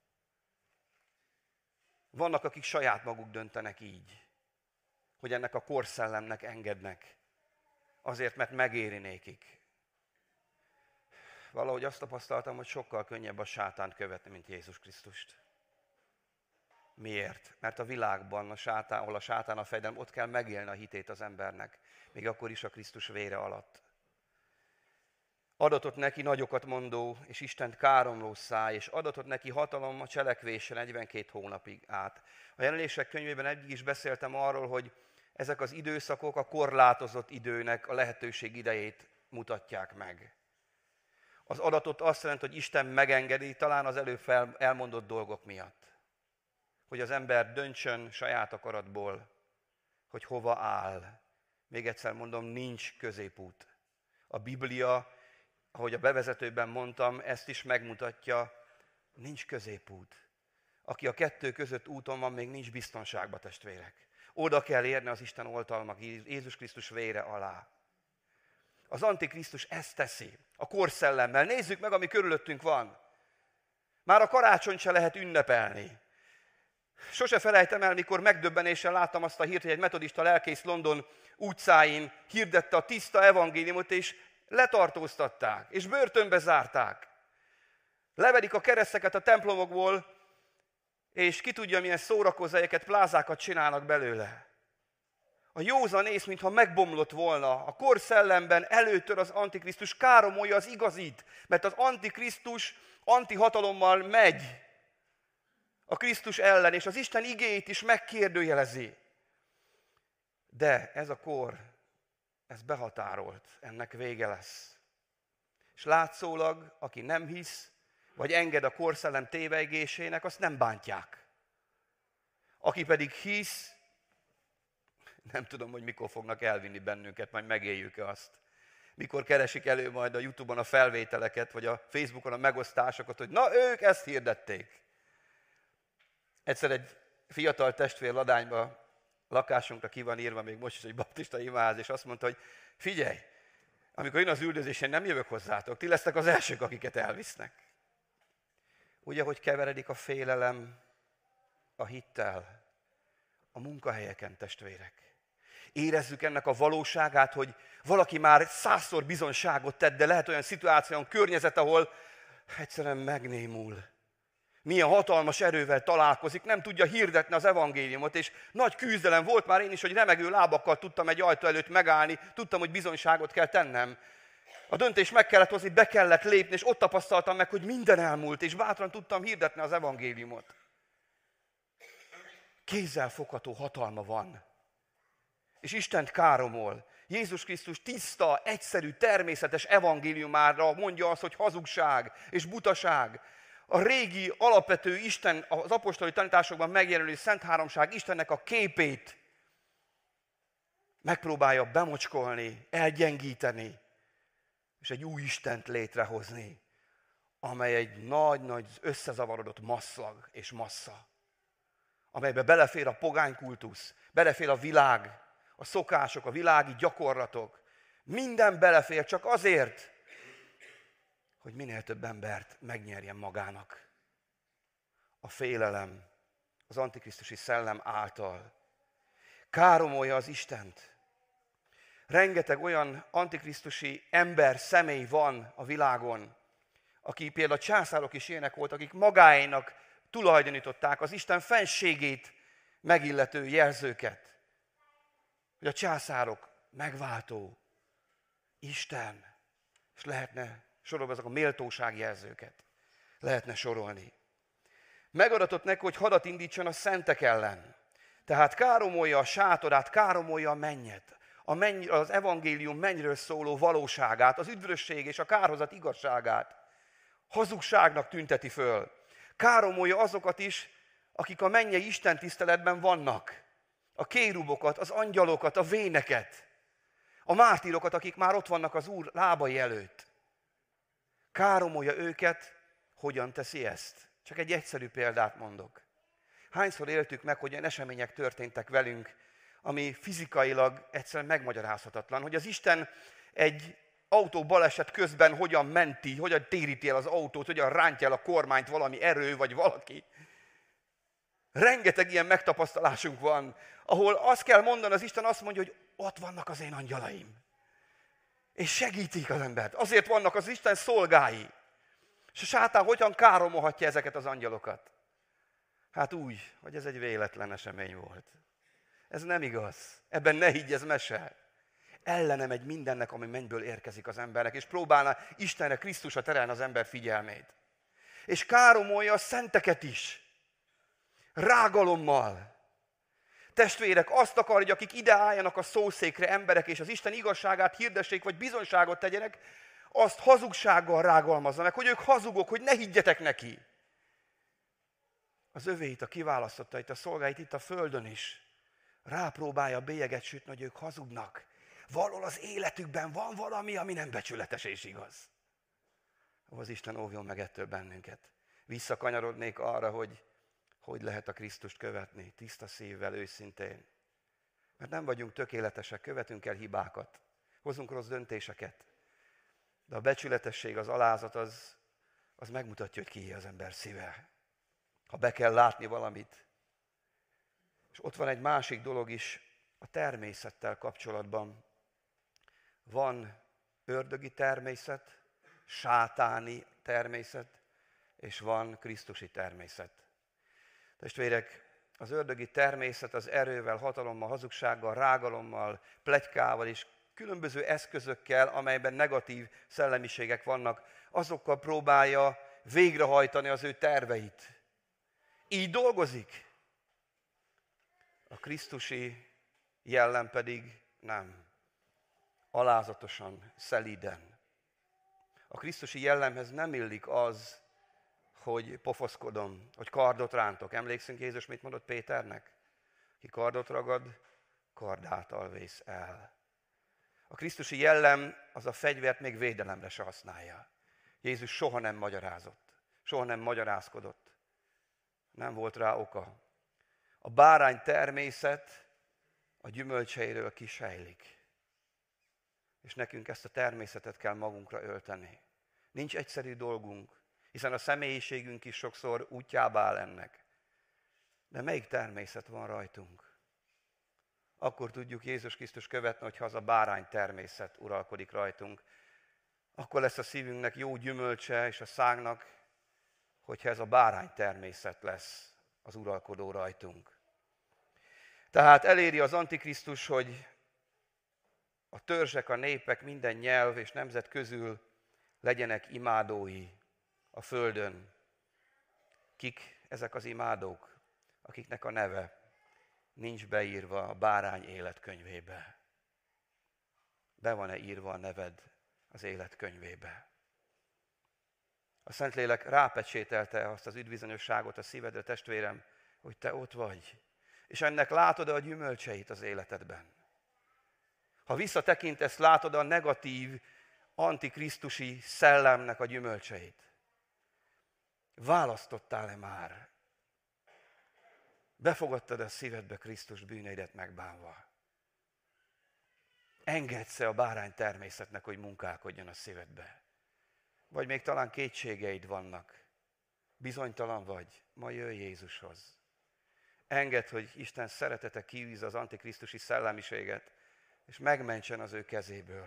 Vannak, akik saját maguk döntenek így, hogy ennek a korszellemnek engednek. Azért, mert megéri nékik. Valahogy azt tapasztaltam, hogy sokkal könnyebb a sátánt követni, mint Jézus Krisztust. Miért? Mert a világban, ahol a sátán a fejedelem, ott kell megélni a hitét az embernek, még akkor is a Krisztus vére alatt. Adatot neki nagyokat mondó, és Istent káromló száj, és adatot neki hatalom a cselekvésre 42 hónapig át. A Jelenések könyvében eddig is beszéltem arról, hogy ezek az időszakok a korlátozott időnek a lehetőség idejét mutatják meg. Az adatot azt jelenti, hogy Isten megengedi, talán az előbb elmondott dolgok miatt. Hogy az ember döntsön saját akaratból, hogy hova áll. Még egyszer mondom, nincs középút. A Biblia, ahogy a bevezetőben mondtam, ezt is megmutatja, nincs középút. Aki a kettő között úton van, még nincs biztonságba, testvérek. Oda kell érni az Isten oltalmak, Jézus Krisztus vére alá. Az Antikrisztus ezt teszi, a korszellemmel. Nézzük meg, ami körülöttünk van. Már a karácsonyt se lehet ünnepelni. Sose felejtem el, mikor megdöbbenéssel láttam azt a hírt, hogy egy metodista lelkész London utcáin hirdette a tiszta evangéliumot, és letartóztatták, és börtönbe zárták. Levedik a kereszteket a templomokból, és ki tudja, milyen szórakozóhelyeket, plázákat csinálnak belőle. A józan ész, mintha megbomlott volna. A korszellemben előttör az Antikrisztus káromolja az igazit, mert az Antikrisztus antihatalommal megy a Krisztus ellen, és az Isten igéjét is megkérdőjelezi. De ez a kor, ez behatárolt, ennek vége lesz. És látszólag, aki nem hisz, vagy enged a korszellem tévegésének, azt nem bántják. Aki pedig hisz, nem tudom, hogy mikor fognak elvinni bennünket, majd megéljük-e azt. Mikor keresik elő majd a YouTube-on a felvételeket, vagy a Facebookon a megosztásokat, hogy na, ők ezt hirdették. Egyszer egy fiatal testvér Ladányba lakásunkra ki van írva, még most is egy baptista imaház, és azt mondta, hogy figyelj, amikor jön az üldözés, én nem jövök hozzátok, ti lesztek az elsők, akiket elvisznek. Ugye, hogy keveredik a félelem a hittel a munkahelyeken, testvérek. Érezzük ennek a valóságát, hogy valaki már 100-szor bizonyságot tett, de lehet olyan szituáció, olyan környezet, ahol egyszerűen megnémul. Milyen hatalmas erővel találkozik, nem tudja hirdetni az evangéliumot, és nagy küzdelem volt már én is, hogy remegő lábakkal tudtam egy ajtó előtt megállni, tudtam, hogy bizonyságot kell tennem. A döntés meg kellett hozni, be kellett lépni, és ott tapasztaltam meg, hogy minden elmúlt, és bátran tudtam hirdetni az evangéliumot. Kézzelfogható hatalma van. És Istent káromol. Jézus Krisztus tiszta, egyszerű, természetes evangéliumára mondja azt, hogy hazugság és butaság. A régi, alapvető Isten, az apostoli tanításokban megjelenő Szent Háromság Istennek a képét megpróbálja bemocskolni, elgyengíteni, és egy új Istent létrehozni, amely egy nagy-nagy összezavarodott masszag és massza, amelybe belefér a pogánykultusz, belefér a világ, a szokások, a világi gyakorlatok. Minden belefér csak azért, hogy minél több embert megnyerjen magának. A félelem, az antikrisztusi szellem által káromolja az Istent. Rengeteg olyan antikrisztusi ember, személy van a világon, aki például a császárok is ilyenek voltak, akik magáénak tulajdonították az Isten fenségét megillető jelzőket. Hogy a császárok megváltó, Isten, és lehetne sorolni ezek a méltóságjelzőket. Lehetne sorolni. Megadatott neki, hogy hadat indítson a szentek ellen. Tehát káromolja a sátorát, káromolja a mennyet. Az evangélium mennyről szóló valóságát, az üdvösség és a kárhozat igazságát. Hazugságnak tünteti föl. Káromolja azokat is, akik a mennyei Isten tiszteletben vannak. A kérubokat, az angyalokat, a véneket. A mártírokat, akik már ott vannak az Úr lábai előtt. Káromolja őket, hogyan teszi ezt? Csak egy egyszerű példát mondok. Hányszor éltük meg, hogy olyan események történtek velünk, ami fizikailag egyszerűen megmagyarázhatatlan, hogy az Isten egy autó baleset közben hogyan menti, hogyan téríti el az autót, hogyan rántja el a kormányt valami erő vagy valaki. Rengeteg ilyen megtapasztalásunk van, ahol azt kell mondani, az Isten azt mondja, hogy ott vannak az én angyalaim. És segítik az embert. Azért vannak az Isten szolgái. És a sátán hogyan káromolhatja ezeket az angyalokat? Hát úgy, hogy ez egy véletlen esemény volt. Ez nem igaz. Ebben ne higgy, ez mese. ellene megy mindennek, ami mennyből érkezik az embernek, és próbálna Istenre, Krisztusra terelni az ember figyelmét. És káromolja a szenteket is. Rágalommal. Testvérek, azt akarja, hogy akik ide álljanak a szószékre emberek, és az Isten igazságát hirdessék, vagy bizonyságot tegyenek, azt hazugsággal rágalmazza meg, hogy ők hazugok, hogy ne higgyetek neki. Az övéit, a kiválasztottait, a szolgáit itt a földön is rápróbálja a bélyeget sütni, hogy ők hazugnak. Valahol az életükben van valami, ami nem becsületes és igaz. Az Isten óvjon meg ettől bennünket. Visszakanyarodnék arra, hogy lehet a Krisztust követni, tiszta szívvel, őszintén. Mert nem vagyunk tökéletesek, követünk el hibákat, hozunk rossz döntéseket. De a becsületesség, az alázat, az megmutatja, hogy kié az ember szíve. Ha be kell látni valamit. És ott van egy másik dolog is a természettel kapcsolatban. Van ördögi természet, sátáni természet, és van krisztusi természet. Testvérek, az ördögi természet az erővel, hatalommal, hazugsággal, rágalommal, pletykával és különböző eszközökkel, amelyben negatív szellemiségek vannak, azokkal próbálja végrehajtani az ő terveit. Így dolgozik. A krisztusi jellem pedig nem. Alázatosan, szelíden. A krisztusi jellemhez nem illik az, hogy pofoszkodom, hogy kardot rántok. Emlékszünk Jézus mit mondott Péternek? Ki kardot ragad, kard által vész el. A krisztusi jellem az a fegyvert még védelemre se használja. Jézus soha nem magyarázott, soha nem magyarázkodott. Nem volt rá oka. A bárány természet a gyümölcseiről kisejlik. És nekünk ezt a természetet kell magunkra ölteni. Nincs egyszerű dolgunk, hiszen a személyiségünk is sokszor útjába áll ennek. De melyik természet van rajtunk? Akkor tudjuk Jézus Krisztus követni, hogyha az a bárány természet uralkodik rajtunk. Akkor lesz a szívünknek jó gyümölcse, és a szánknak, hogyha ez a bárány természet lesz az uralkodó rajtunk. Tehát eléri az Antikrisztus, hogy a törzsek, a népek, minden nyelv és nemzet közül legyenek imádói a földön. Kik ezek az imádók, akiknek a neve nincs beírva a bárány életkönyvébe? Be van-e írva a neved az életkönyvébe? A Szentlélek rápecsételte azt az üdvbizonyosságot a szívedre, testvérem, hogy te ott vagy. És ennek látod a gyümölcseit az életedben. Ha visszatekintesz, látod a negatív, antikrisztusi szellemnek a gyümölcseit. Választottál-e már? Befogadtad a szívedbe Krisztus bűneidet megbánva? Engedsz-e a bárány természetnek, hogy munkálkodjon a szívedbe? Vagy még talán kétségeid vannak? Bizonytalan vagy? Ma jöjj Jézushoz. Engedd, hogy Isten szeretete kiűzze az antikrisztusi szellemiséget, és megmentsen az ő kezéből.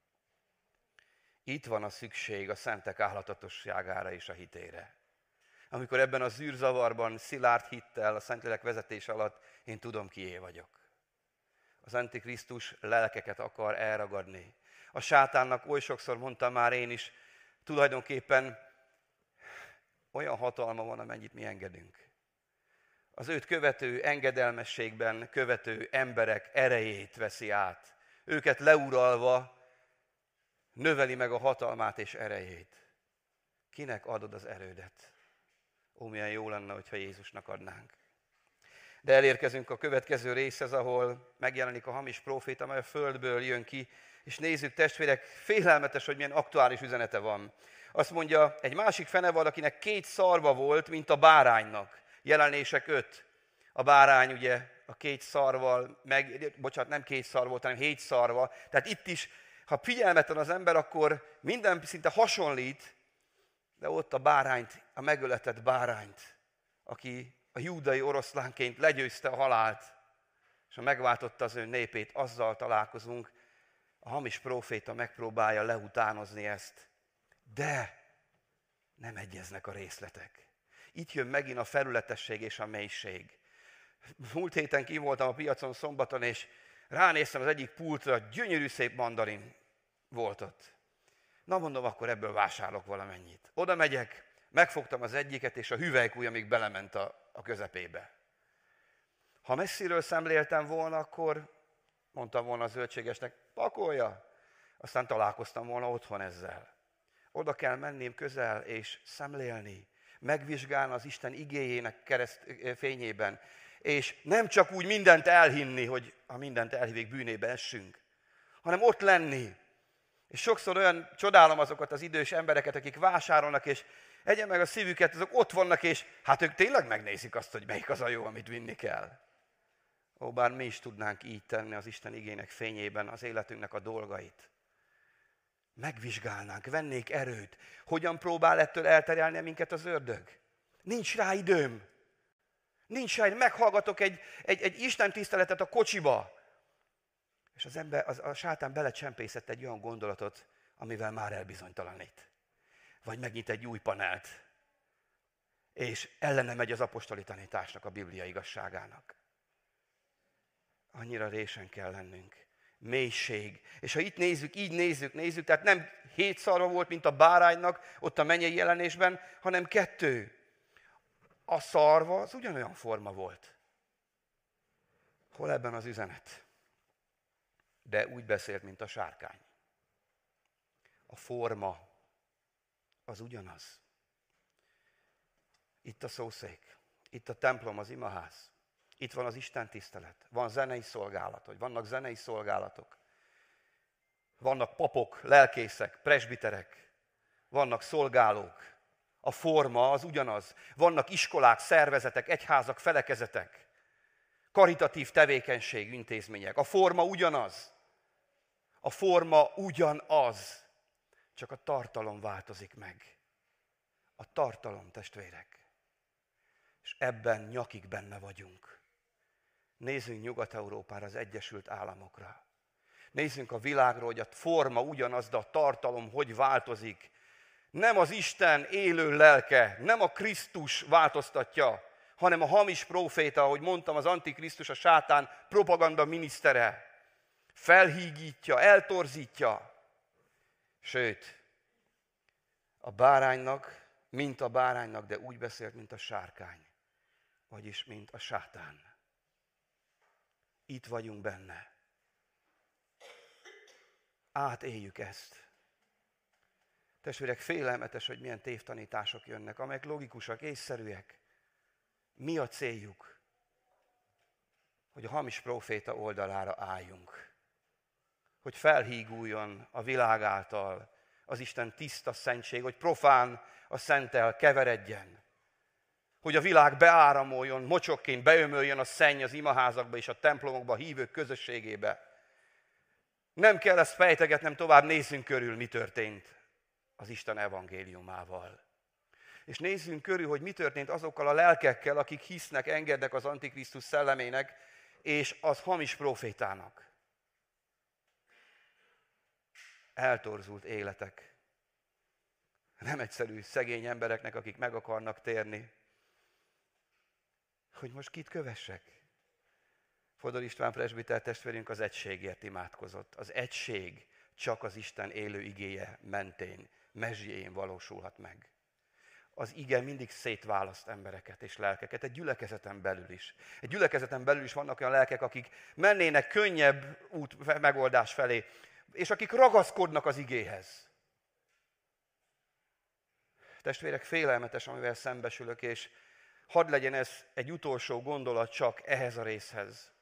Itt van a szükség a szentek állatatosságára és a hitére. Amikor ebben a zűrzavarban, szilárd hittel, a Szentlélek vezetés alatt én tudom, kié vagyok. Az Antikrisztus lelkeket akar elragadni. A sátánnak oly sokszor mondtam már én is, tulajdonképpen olyan hatalma van, amennyit mi engedünk. Az őt követő engedelmességben követő emberek erejét veszi át. Őket leuralva növeli meg a hatalmát és erejét. Kinek adod az erődet? Ó, milyen jó lenne, hogyha Jézusnak adnánk. De elérkezünk a következő részhez, ahol megjelenik a hamis próféta, amely a földből jön ki, és nézzük, testvérek, félelmetes, hogy milyen aktuális üzenete van. Azt mondja, egy másik fenevad, akinek 2 szarva volt, mint a báránynak. Jelenések 5. A bárány ugye a 2 szarval, nem 2 szar volt, hanem 7 szarva. Tehát itt is, ha figyelmetlen az ember, akkor minden szinte hasonlít, de ott a bárányt, a megöletett bárányt, aki a júdai oroszlánként legyőzte a halált, és ha megváltotta az ő népét, azzal találkozunk. A hamis próféta megpróbálja leutánozni ezt, de nem egyeznek a részletek. Itt jön megint a felületesség és a mélység. Múlt héten ki voltam a piacon szombaton, és Ránéztem az egyik pultra, gyönyörű szép mandarin volt ott. Na mondom, akkor ebből vásárolok valamennyit. Oda megyek, megfogtam az egyiket, és a hüvelykúj még belement a közepébe. Ha messziről szemléltem volna, akkor mondtam volna a zöldségesnek, pakolja. Aztán találkoztam volna otthon ezzel. Oda kell mennem közel és szemlélni, megvizsgálni az Isten igéjének fényében, és nem csak úgy mindent elhinni, hogy a mindent elhívik bűnébe essünk, hanem ott lenni. És sokszor olyan csodálom azokat az idős embereket, akik vásárolnak, és egyen meg a szívüket, azok ott vannak, és hát ők tényleg megnézik azt, hogy melyik az a jó, amit vinni kell. Ó, bár mi is tudnánk így tenni az Isten igének fényében az életünknek a dolgait. Megvizsgálnánk, vennék erőt. Hogyan próbál ettől elterelni minket az ördög? Nincs rá időm. Nincs rá időm. Meghallgatok egy Isten tiszteletet a kocsiba. És a sátán belecsempészett egy olyan gondolatot, amivel már elbizonytalanít. Vagy megnyit egy új panelt. És ellene megy az apostoli tanításnak, a Biblia igazságának. Annyira résen kell lennünk. Mélység. És ha itt nézzük, így nézzük, tehát nem 7 szarva volt, mint a báránynak, ott a mennyei jelenésben, hanem 2. A szarva az ugyanolyan forma volt. Hol ebben az üzenet? De úgy beszélt, mint a sárkány. A forma az ugyanaz. Itt a szószék, itt a templom, az imaház. Itt van az Isten tisztelet, van zenei szolgálat, vagy vannak zenei szolgálatok. Vannak papok, lelkészek, presbiterek, vannak szolgálók. A forma az ugyanaz. Vannak iskolák, szervezetek, egyházak, felekezetek, karitatív tevékenység, intézmények. A forma ugyanaz. A forma ugyanaz. Csak a tartalom változik meg. A tartalom, testvérek. És ebben nyakig benne vagyunk. Nézzünk Nyugat-Európára, az Egyesült Államokra. Nézzünk a világra, hogy a forma ugyanaz, de a tartalom hogy változik. Nem az Isten élő lelke, nem a Krisztus változtatja, hanem a hamis próféta, ahogy mondtam, az Antikrisztus, a sátán propaganda minisztere. Felhígítja, eltorzítja. Sőt, a báránynak, mint a báránynak, de úgy beszélt, mint a sárkány. Vagyis, mint a sátán. Itt vagyunk benne. Átéljük ezt. Testvérek, félelmetes, hogy milyen tévtanítások jönnek, amelyek logikusak, észszerűek. Mi a céljuk? Hogy a hamis próféta oldalára álljunk. Hogy felhíguljon a világ által az Isten tiszta szentség, hogy profán a szenttel keveredjen. Hogy a világ beáramoljon, mocsokként beömöljön a szenny az imaházakba és a templomokba, a hívők közösségébe. Nem kell ezt fejtegetnem tovább, nézzünk körül, mi történt az Isten evangéliumával. És nézzünk körül, hogy mi történt azokkal a lelkekkel, akik hisznek, engednek az Antikrisztus szellemének és az hamis profétának. Eltorzult életek. Nem egyszerű szegény embereknek, akik meg akarnak térni. Hogy most kit kövessek? Fodor István presbiter testvérünk az egységért imádkozott. Az egység csak az Isten élő igéje mentén, mezsjén valósulhat meg. Az ige mindig szétválaszt embereket és lelkeket, egy gyülekezeten belül is. Egy gyülekezeten belül is vannak olyan lelkek, akik mennének könnyebb megoldás felé, és akik ragaszkodnak az igéhez. Testvérek, félelmetes, amivel szembesülök, és hadd legyen ez egy utolsó gondolat csak ehhez a részhez.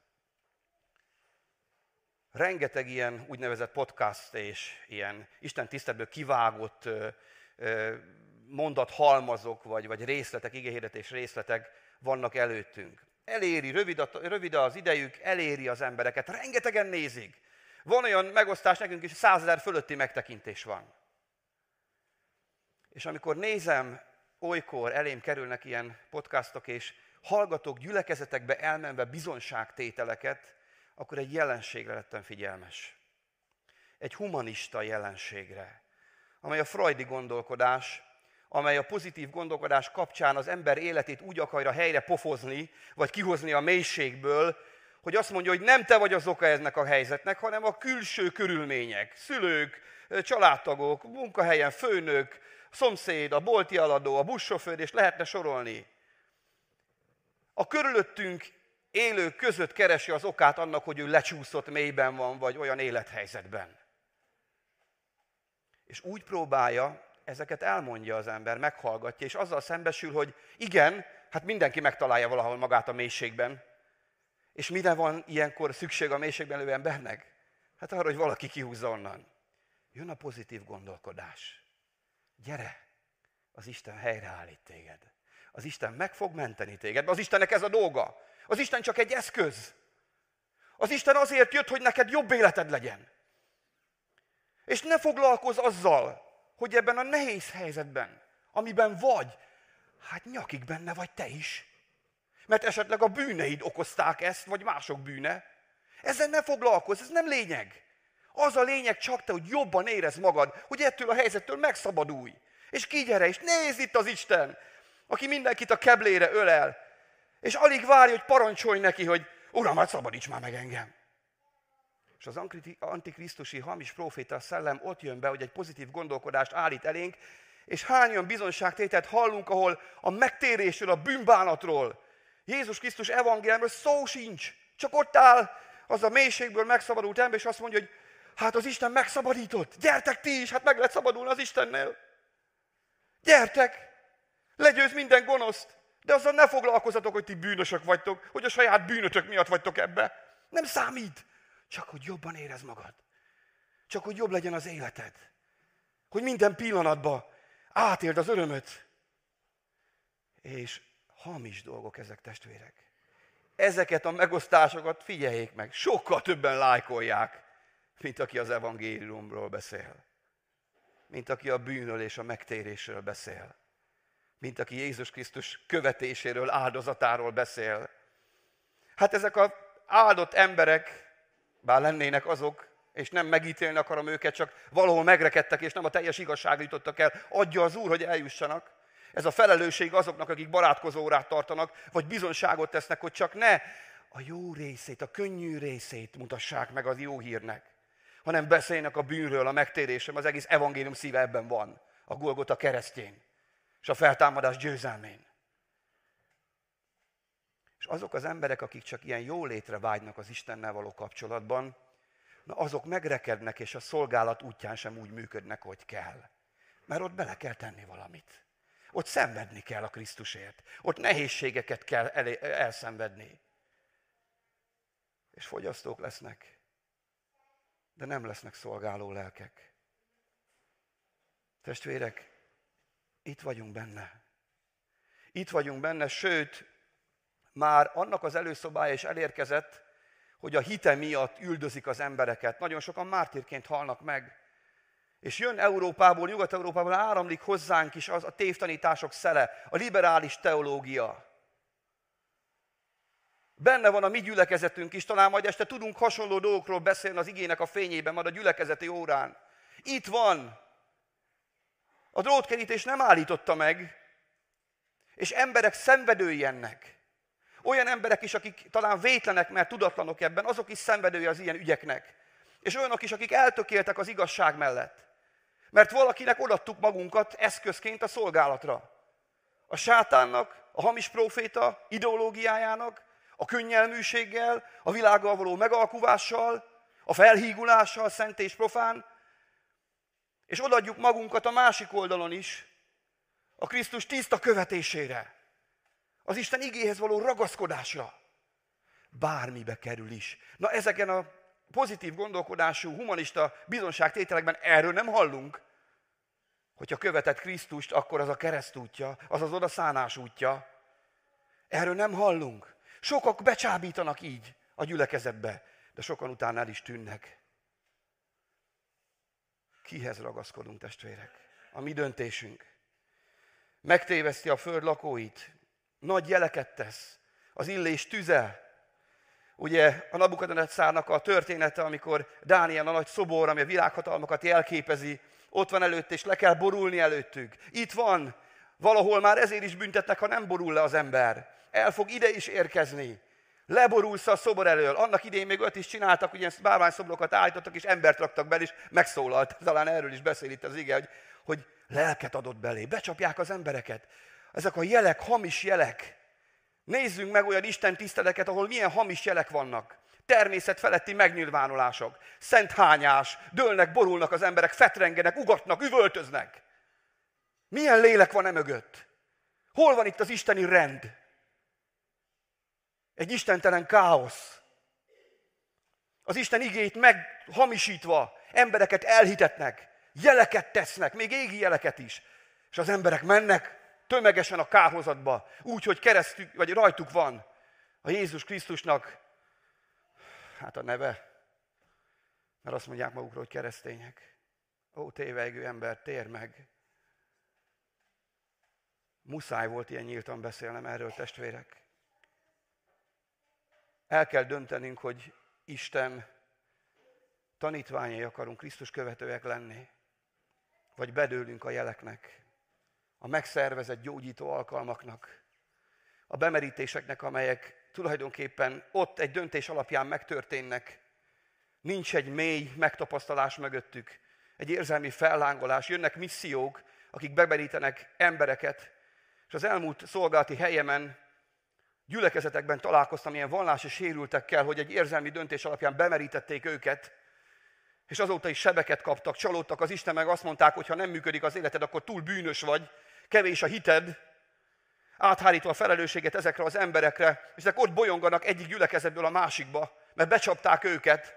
Rengeteg ilyen úgynevezett podcast és ilyen Isten tiszteletből kivágott mondathalmazok, vagy részletek, igehirdetés részletek vannak előttünk. Eléri, rövid az idejük, eléri az embereket. Rengetegen nézik. Van olyan megosztás nekünk is, 100 000 fölötti megtekintés van. És amikor nézem, olykor elém kerülnek ilyen podcastok, és hallgatok gyülekezetekbe elmenve bizonságtételeket, akkor egy jelenségre lettem figyelmes. Egy humanista jelenségre, amely a freudi gondolkodás, amely a pozitív gondolkodás kapcsán az ember életét úgy akarja helyre pofozni, vagy kihozni a mélységből, hogy azt mondja, hogy nem te vagy az oka ennek a helyzetnek, hanem a külső körülmények, szülők, családtagok, munkahelyen főnök, szomszéd, a bolti eladó, a buszsofőr, és lehetne sorolni. A körülöttünk élők között keresi az okát annak, hogy ő lecsúszott mélyben van, vagy olyan élethelyzetben. És úgy próbálja, ezeket elmondja az ember, meghallgatja, és azzal szembesül, hogy igen, hát mindenki megtalálja valahol magát a mélységben. És mire van ilyenkor szükség a mélységben lévő embernek? Hát arra, hogy valaki kihúzza onnan. Jön a pozitív gondolkodás. Gyere, az Isten helyreállít téged. Az Isten meg fog menteni téged, az Istennek ez a dolga. Az Isten csak egy eszköz. Az Isten azért jött, hogy neked jobb életed legyen. És ne foglalkozz azzal, hogy ebben a nehéz helyzetben, amiben vagy, hát nyakig benne vagy te is. Mert esetleg a bűneid okozták ezt, vagy mások bűne. Ezzel ne foglalkozz, ez nem lényeg. Az a lényeg csak te, hogy jobban érezd magad, hogy ettől a helyzettől megszabadulj. És kigyere, és nézd itt az Isten, aki mindenkit a keblére ölel, és alig várja, hogy parancsolj neki, hogy Uram, hát szabadíts már meg engem. És az antikrisztusi hamis próféta szellem ott jön be, hogy egy pozitív gondolkodást állít elénk, és hány olyan bizonyságtételt hallunk, ahol a megtérésről, a bűnbánatról, Jézus Krisztus evangéliumról szó sincs. Csak ott áll az a mélységből megszabadult ember, és azt mondja, hogy hát az Isten megszabadított. Gyertek ti is, hát meg lehet szabadulni az Istennél. Gyertek, legyőz minden gonoszt, de azzal ne foglalkozzatok, hogy ti bűnösök vagytok, hogy a saját bűnötök miatt vagytok ebbe. Nem számít. Csak hogy jobban érezd magad. Csak hogy jobb legyen az életed. Hogy minden pillanatban átéld az örömöt. És hamis dolgok ezek, testvérek. Ezeket a megosztásokat figyeljék meg. Sokkal többen lájkolják, mint aki az evangéliumról beszél. Mint aki a bűnről és a megtérésről beszél. Mint aki Jézus Krisztus követéséről, áldozatáról beszél. Hát ezek az áldott emberek, bár lennének azok, és nem megítélni akarom őket, csak valahol megrekedtek, és nem a teljes igazságra jutottak el. Adja az Úr, hogy eljussanak. Ez a felelősség azoknak, akik barátkozó órát tartanak, vagy bizonságot tesznek, hogy csak ne a jó részét, a könnyű részét mutassák meg az jó hírnek, hanem beszélnek a bűnről, a megtérésről, az egész evangélium szíve ebben van, a Golgota keresztjén, és a feltámadás győzelmén. És azok az emberek, akik csak ilyen jólétre vágynak az Istennel való kapcsolatban, na azok megrekednek, és a szolgálat útján sem úgy működnek, hogy kell. Mert ott bele kell tenni valamit. Ott szenvedni kell a Krisztusért. Ott nehézségeket kell elszenvedni. És fogyasztók lesznek, de nem lesznek szolgáló lelkek. Testvérek, itt vagyunk benne. Itt vagyunk benne, sőt, már annak az előszobája is elérkezett, hogy a hite miatt üldözik az embereket. Nagyon sokan mártírként halnak meg. És jön Európából, Nyugat-Európából, áramlik hozzánk is az a tévtanítások szele, a liberális teológia. Benne van a mi gyülekezetünk is, talán majd este tudunk hasonló dolgokról beszélni az igének a fényében, majd a gyülekezeti órán. Itt van. A drótkerítés nem állította meg, és emberek szenvedői ennek. Olyan emberek is, akik talán vétlenek, mert tudatlanok ebben, azok is szenvedői az ilyen ügyeknek. És olyanok is, akik eltökéltek az igazság mellett. Mert valakinek odaadtuk magunkat eszközként a szolgálatra. A sátánnak, a hamis próféta ideológiájának, a könnyelműséggel, a világgal való megalkuvással, a felhígulással, szent és profán, és odaadjuk magunkat a másik oldalon is, a Krisztus tiszta követésére, az Isten igéhez való ragaszkodásra. Bármibe kerül is. Na ezeken a pozitív gondolkodású, humanista bizonságtételekben erről nem hallunk. Hogyha követed Krisztust, akkor az a keresztútja, az az odaszánás útja. Erről nem hallunk. Sokak becsábítanak így a gyülekezetbe, de sokan utána el is tűnnek. Kihez ragaszkodunk, testvérek? A mi döntésünk. Megtéveszti a föld lakóit, nagy jeleket tesz, az illés tüze. Ugye a Nabukadnecárnak a története, amikor Dániel a nagy szobor, ami a világhatalmakat jelképezi, ott van előtt, és le kell borulni előttük. Itt van, valahol már ezért is büntetnek, ha nem borul le az ember. El fog ide is érkezni. Leborulsz a szobor elől. Annak idején még olyat is csináltak, hogy ilyen bálványszobrokat állítottak, és embert raktak bele, és megszólalt. Talán erről is beszél itt az ige, hogy lelket adott belé. Becsapják az embereket. Ezek a jelek, hamis jelek. Nézzünk meg olyan Isten tiszteleteket, ahol milyen hamis jelek vannak. Természet feletti megnyilvánulások. Szenthányás, dőlnek, borulnak az emberek, fetrengenek, ugatnak, üvöltöznek. Milyen lélek van mögött? Hol van itt az isteni rend? Egy istentelen káosz. Az Isten igét meghamisítva embereket elhitetnek, jeleket tesznek, még égi jeleket is. És az emberek mennek tömegesen a kárhozatba, úgy, hogy keresztük, vagy rajtuk van a Jézus Krisztusnak, hát a neve, mert azt mondják magukról, hogy keresztények. Ó, tévejgő ember, térj meg! Muszáj volt ilyen nyíltan beszélnem erről, testvérek. El kell döntenünk, hogy Isten tanítványai akarunk, Krisztus követőek lenni, vagy bedőlünk a jeleknek, a megszervezett gyógyító alkalmaknak, a bemerítéseknek, amelyek tulajdonképpen ott egy döntés alapján megtörténnek. Nincs egy mély megtapasztalás mögöttük, egy érzelmi fellángolás. Jönnek missziók, akik bemerítenek embereket, és az elmúlt szolgálati helyemen, gyülekezetekben találkoztam ilyen vallási sérültekkel, hogy egy érzelmi döntés alapján bemerítették őket, és azóta is sebeket kaptak, csalódtak. Az Isten meg azt mondták, hogy ha nem működik az életed, akkor túl bűnös vagy, kevés a hited, áthárítva a felelősséget ezekre az emberekre, és ezek ott bolyonganak egyik gyülekezetből a másikba, mert becsapták őket,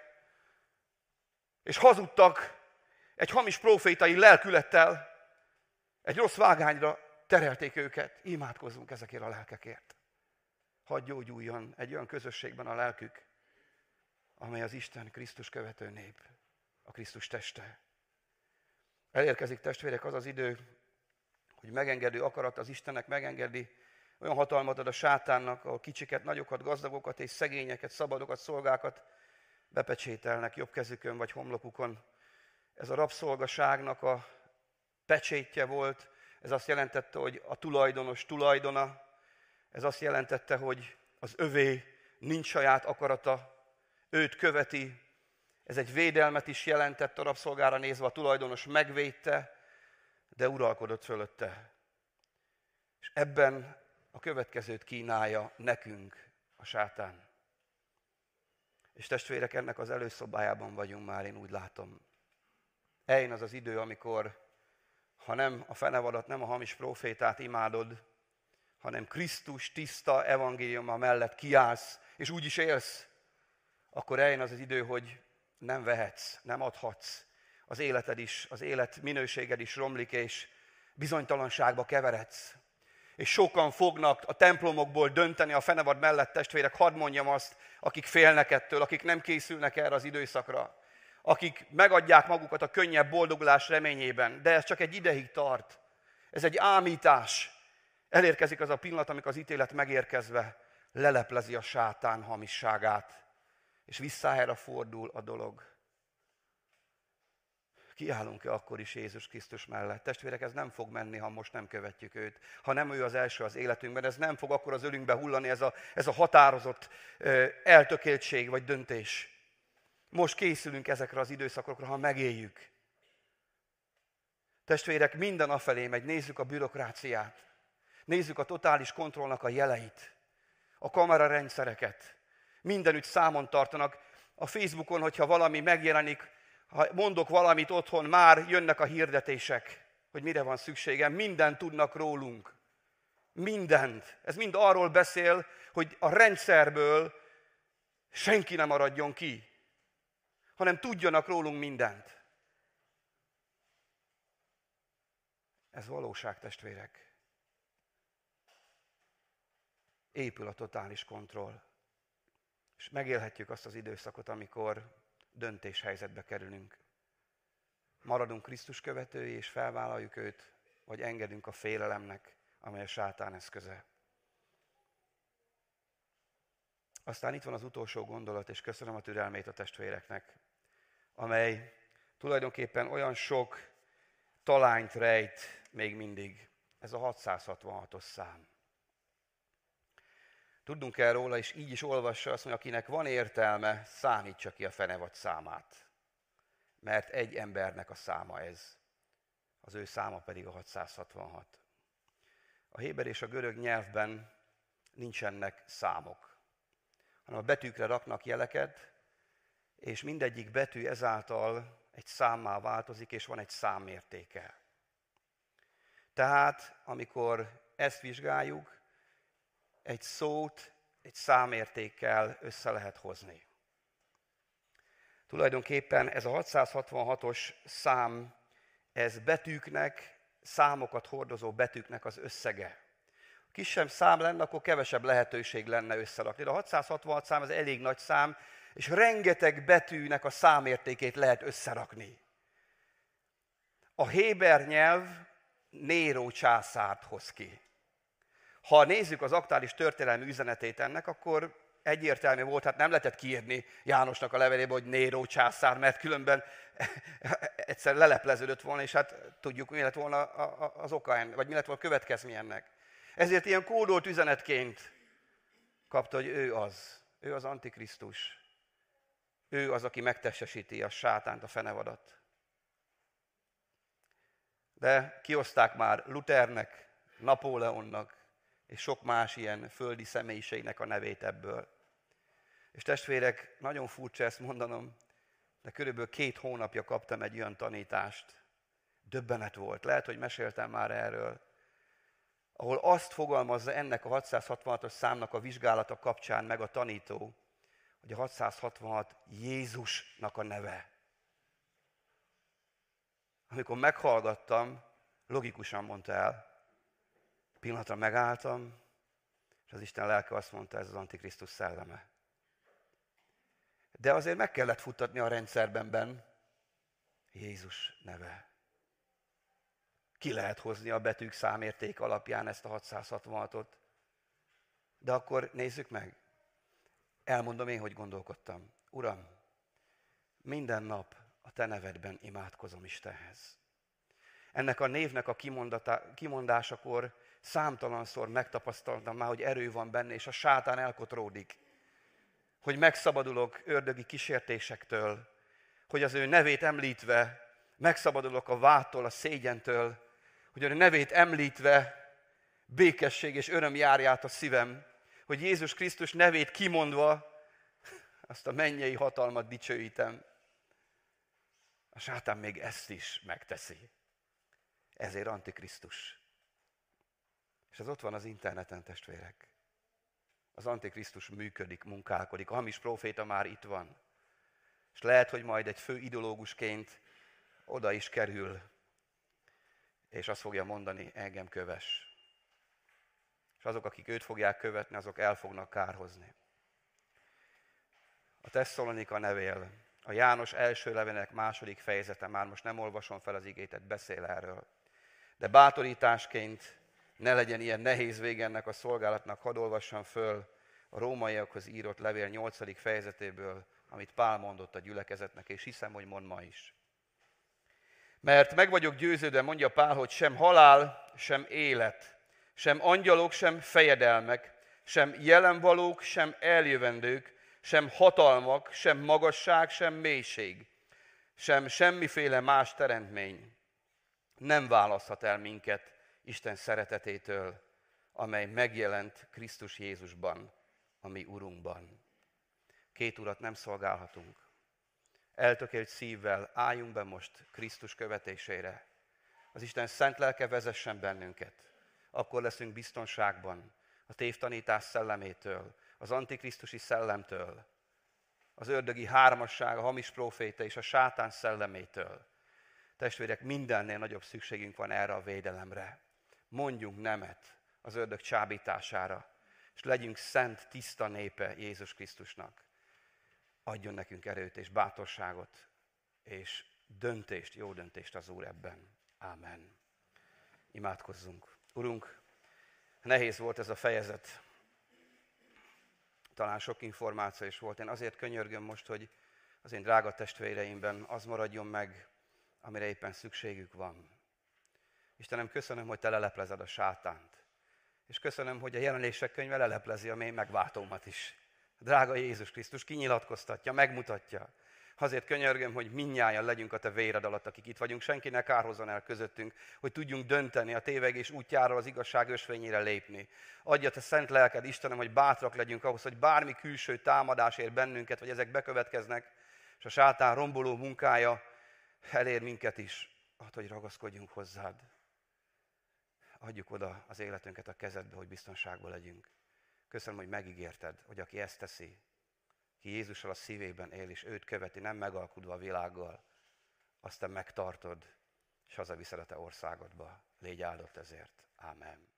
és hazudtak egy hamis profétai lelkülettel, egy rossz vágányra terelték őket. Imádkozzunk ezekért a lelkekért. Hadd gyógyuljon egy olyan közösségben a lelkük, amely az Isten Krisztus követő nép, a Krisztus teste. Elérkezik, testvérek, az az idő, hogy megengedő akarat az Istennek megengedi, olyan hatalmat ad a sátánnak, ahol kicsiket, nagyokat, gazdagokat és szegényeket, szabadokat, szolgákat bepecsételnek jobb kezükön vagy homlokukon. Ez a rabszolgaságnak a pecsétje volt, ez azt jelentette, hogy a tulajdonos tulajdona, ez azt jelentette, hogy az övé nincs saját akarata, őt követi. Ez egy védelmet is jelentett a rabszolgára nézve, a tulajdonos megvédte, de uralkodott fölötte. És ebben a következőt kínálja nekünk a sátán. És testvérek, ennek az előszobájában vagyunk már, én úgy látom. Eljön az az idő, amikor, ha nem a fenevadat, nem a hamis prófétát imádod, hanem Krisztus tiszta evangéliuma mellett kiállsz, és úgy is élsz, akkor eljön az az idő, hogy nem vehetsz, nem adhatsz. Az életed is, az élet minőséged is romlik, és bizonytalanságba keveredsz. És sokan fognak a templomokból dönteni a fenevad mellett, testvérek, hadd mondjam azt, akik félnek ettől, akik nem készülnek erre az időszakra, akik megadják magukat a könnyebb boldogulás reményében, de ez csak egy ideig tart. Ez egy ámítás. Elérkezik az a pillanat, amikor az ítélet megérkezve leleplezi a sátán hamisságát, és visszájára fordul a dolog. Kiállunk-e akkor is Jézus Krisztus mellett? Testvérek, ez nem fog menni, ha most nem követjük őt. Ha nem ő az első az életünkben, ez nem fog akkor az ölünkbe hullani, ez a határozott eltökéltség vagy döntés. Most készülünk ezekre az időszakokra, ha megéljük. Testvérek, minden afelé megy, nézzük a bürokráciát. Nézzük a totális kontrollnak a jeleit, a kamerarendszereket. Mindenütt számon tartanak. A Facebookon, hogyha valami megjelenik, ha mondok valamit otthon, már jönnek a hirdetések, hogy mire van szükségem. Mindent tudnak rólunk. Mindent. Ez mind arról beszél, hogy a rendszerből senki nem maradjon ki, hanem tudjanak rólunk mindent. Ez valóság, testvérek. Épül a totális kontroll. És megélhetjük azt az időszakot, amikor döntéshelyzetbe kerülünk. Maradunk Krisztus követői, és felvállaljuk őt, vagy engedünk a félelemnek, amely a sátán eszköze. Aztán itt van az utolsó gondolat, és köszönöm a türelmét a testvéreknek, amely tulajdonképpen olyan sok talányt rejt még mindig. Ez a 666-os szám. Tudnunk kell róla, és így is olvassa azt, hogy akinek van értelme, számítsa ki a fenevad számát. Mert egy embernek a száma ez. Az ő száma pedig a 666. A héber és a görög nyelvben nincsenek számok, hanem a betűkre raknak jeleket, és mindegyik betű ezáltal egy számmá változik, és van egy számmértéke. Tehát, amikor ezt vizsgáljuk, egy szót egy számértékkel össze lehet hozni. Tulajdonképpen ez a 666-os szám, ez betűknek, számokat hordozó betűknek az összege. Ha kisebb szám lenne, akkor kevesebb lehetőség lenne összerakni. De a 666 szám az elég nagy szám, és rengeteg betűnek a számértékét lehet összerakni. A héber nyelv Néró császárt hoz ki. Ha nézzük az aktuális történelmi üzenetét ennek, akkor egyértelmű volt, hát nem lehetett kiírni Jánosnak a levelébe, hogy Néró császár, mert különben egyszer lelepleződött volna, és hát tudjuk, mi lett volna az oka ennek, vagy mi lett volna a következménye ennek. Ezért ilyen kódolt üzenetként kapta, hogy ő az Antikrisztus. Ő az, aki megtestesíti a sátánt, a fenevadat. De kioszták már Luthernek, Napóleonnak, és sok más ilyen földi személyiségnek a nevét ebből. És testvérek, nagyon furcsa ezt mondanom, de körülbelül 2 hónapja kaptam egy olyan tanítást. Döbbenet volt. Lehet, hogy meséltem már erről. Ahol azt fogalmazza ennek a 666-os számnak a vizsgálata kapcsán meg a tanító, hogy a 666 Jézusnak a neve. Amikor meghallgattam, logikusan mondta el. Pillanatra megálltam, és az Isten lelke azt mondta, ez az Antikrisztus szelleme. De azért meg kellett futtatni a rendszerben Jézus neve. Ki lehet hozni a betűk számérték alapján ezt a 666-ot. De akkor nézzük meg. Elmondom én, hogy gondolkodtam. Uram, minden nap a te nevedben imádkozom Istenhez. Ennek a névnek a kimondásakor számtalanszor megtapasztaltam már, hogy erő van benne, és a sátán elkotródik. Hogy megszabadulok ördögi kísértésektől, hogy az ő nevét említve megszabadulok a vádtól, a szégyentől, hogy a nevét említve békesség és öröm járja át a szívem, hogy Jézus Krisztus nevét kimondva azt a mennyei hatalmat dicsőítem. A sátán még ezt is megteszi. Ezért Antikrisztus. És ez ott van az interneten, testvérek. Az Antikrisztus működik, munkálkodik. A hamis próféta már itt van. És lehet, hogy majd egy fő ideológusként oda is kerül, és azt fogja mondani, engem kövess. És azok, akik őt fogják követni, azok el fognak kárhozni. A Tesszalonika levél, a János első levélének 2. fejezete, már most nem olvasom fel az igétet, beszél erről. De bátorításként ne legyen ilyen nehéz vége ennek a szolgálatnak, hadd olvassam föl a rómaiakhoz írott levél 8. fejezetéből, amit Pál mondott a gyülekezetnek, és hiszem, hogy mond ma is. Mert meg vagyok győződve, mondja Pál, hogy sem halál, sem élet, sem angyalok, sem fejedelmek, sem jelenvalók, sem eljövendők, sem hatalmak, sem magasság, sem mélység, sem semmiféle más teremtmény nem választhat el minket Isten szeretetétől, amely megjelent Krisztus Jézusban, a mi Urunkban. 2 urat nem szolgálhatunk. Eltökélt szívvel álljunk be most Krisztus követésére. Az Isten szent lelke vezessen bennünket. Akkor leszünk biztonságban a tévtanítás szellemétől, az antikrisztusi szellemtől, az ördögi hármasság, a hamis próféta és a sátán szellemétől. Testvérek, mindennél nagyobb szükségünk van erre a védelemre. Mondjunk nemet az ördög csábítására, és legyünk szent, tiszta népe Jézus Krisztusnak. Adjon nekünk erőt és bátorságot, és döntést, jó döntést az Úr ebben. Ámen. Imádkozzunk. Urunk, nehéz volt ez a fejezet. Talán sok információ is volt. Én azért könyörgöm most, hogy az én drága testvéreimben az maradjon meg, amire éppen szükségük van. Istenem, köszönöm, hogy te leleplezed a sátánt. És köszönöm, hogy a Jelenések könyve leleplezi a mély megváltómat is. Drága Jézus Krisztus kinyilatkoztatja, megmutatja. Azért könyörgöm, hogy mindnyájan legyünk a te véred alatt, akik itt vagyunk, senki ne kárhozzon el közöttünk, hogy tudjunk dönteni a tévegés útjáról, az igazság ösvényére lépni. Adja te szent lelked, Istenem, hogy bátrak legyünk ahhoz, hogy bármi külső támadás ér bennünket, vagy ezek bekövetkeznek, és a sátán romboló munkája elér minket is. Add, hogy ragaszkodjunk hozzád. Adjuk oda az életünket a kezedbe, hogy biztonságban legyünk. Köszönöm, hogy megígérted, hogy aki ezt teszi, ki Jézussal a szívében él, és őt követi, nem megalkudva a világgal, azt te megtartod, és hazaviszed a te országodba. Légy áldott ezért. Ámen.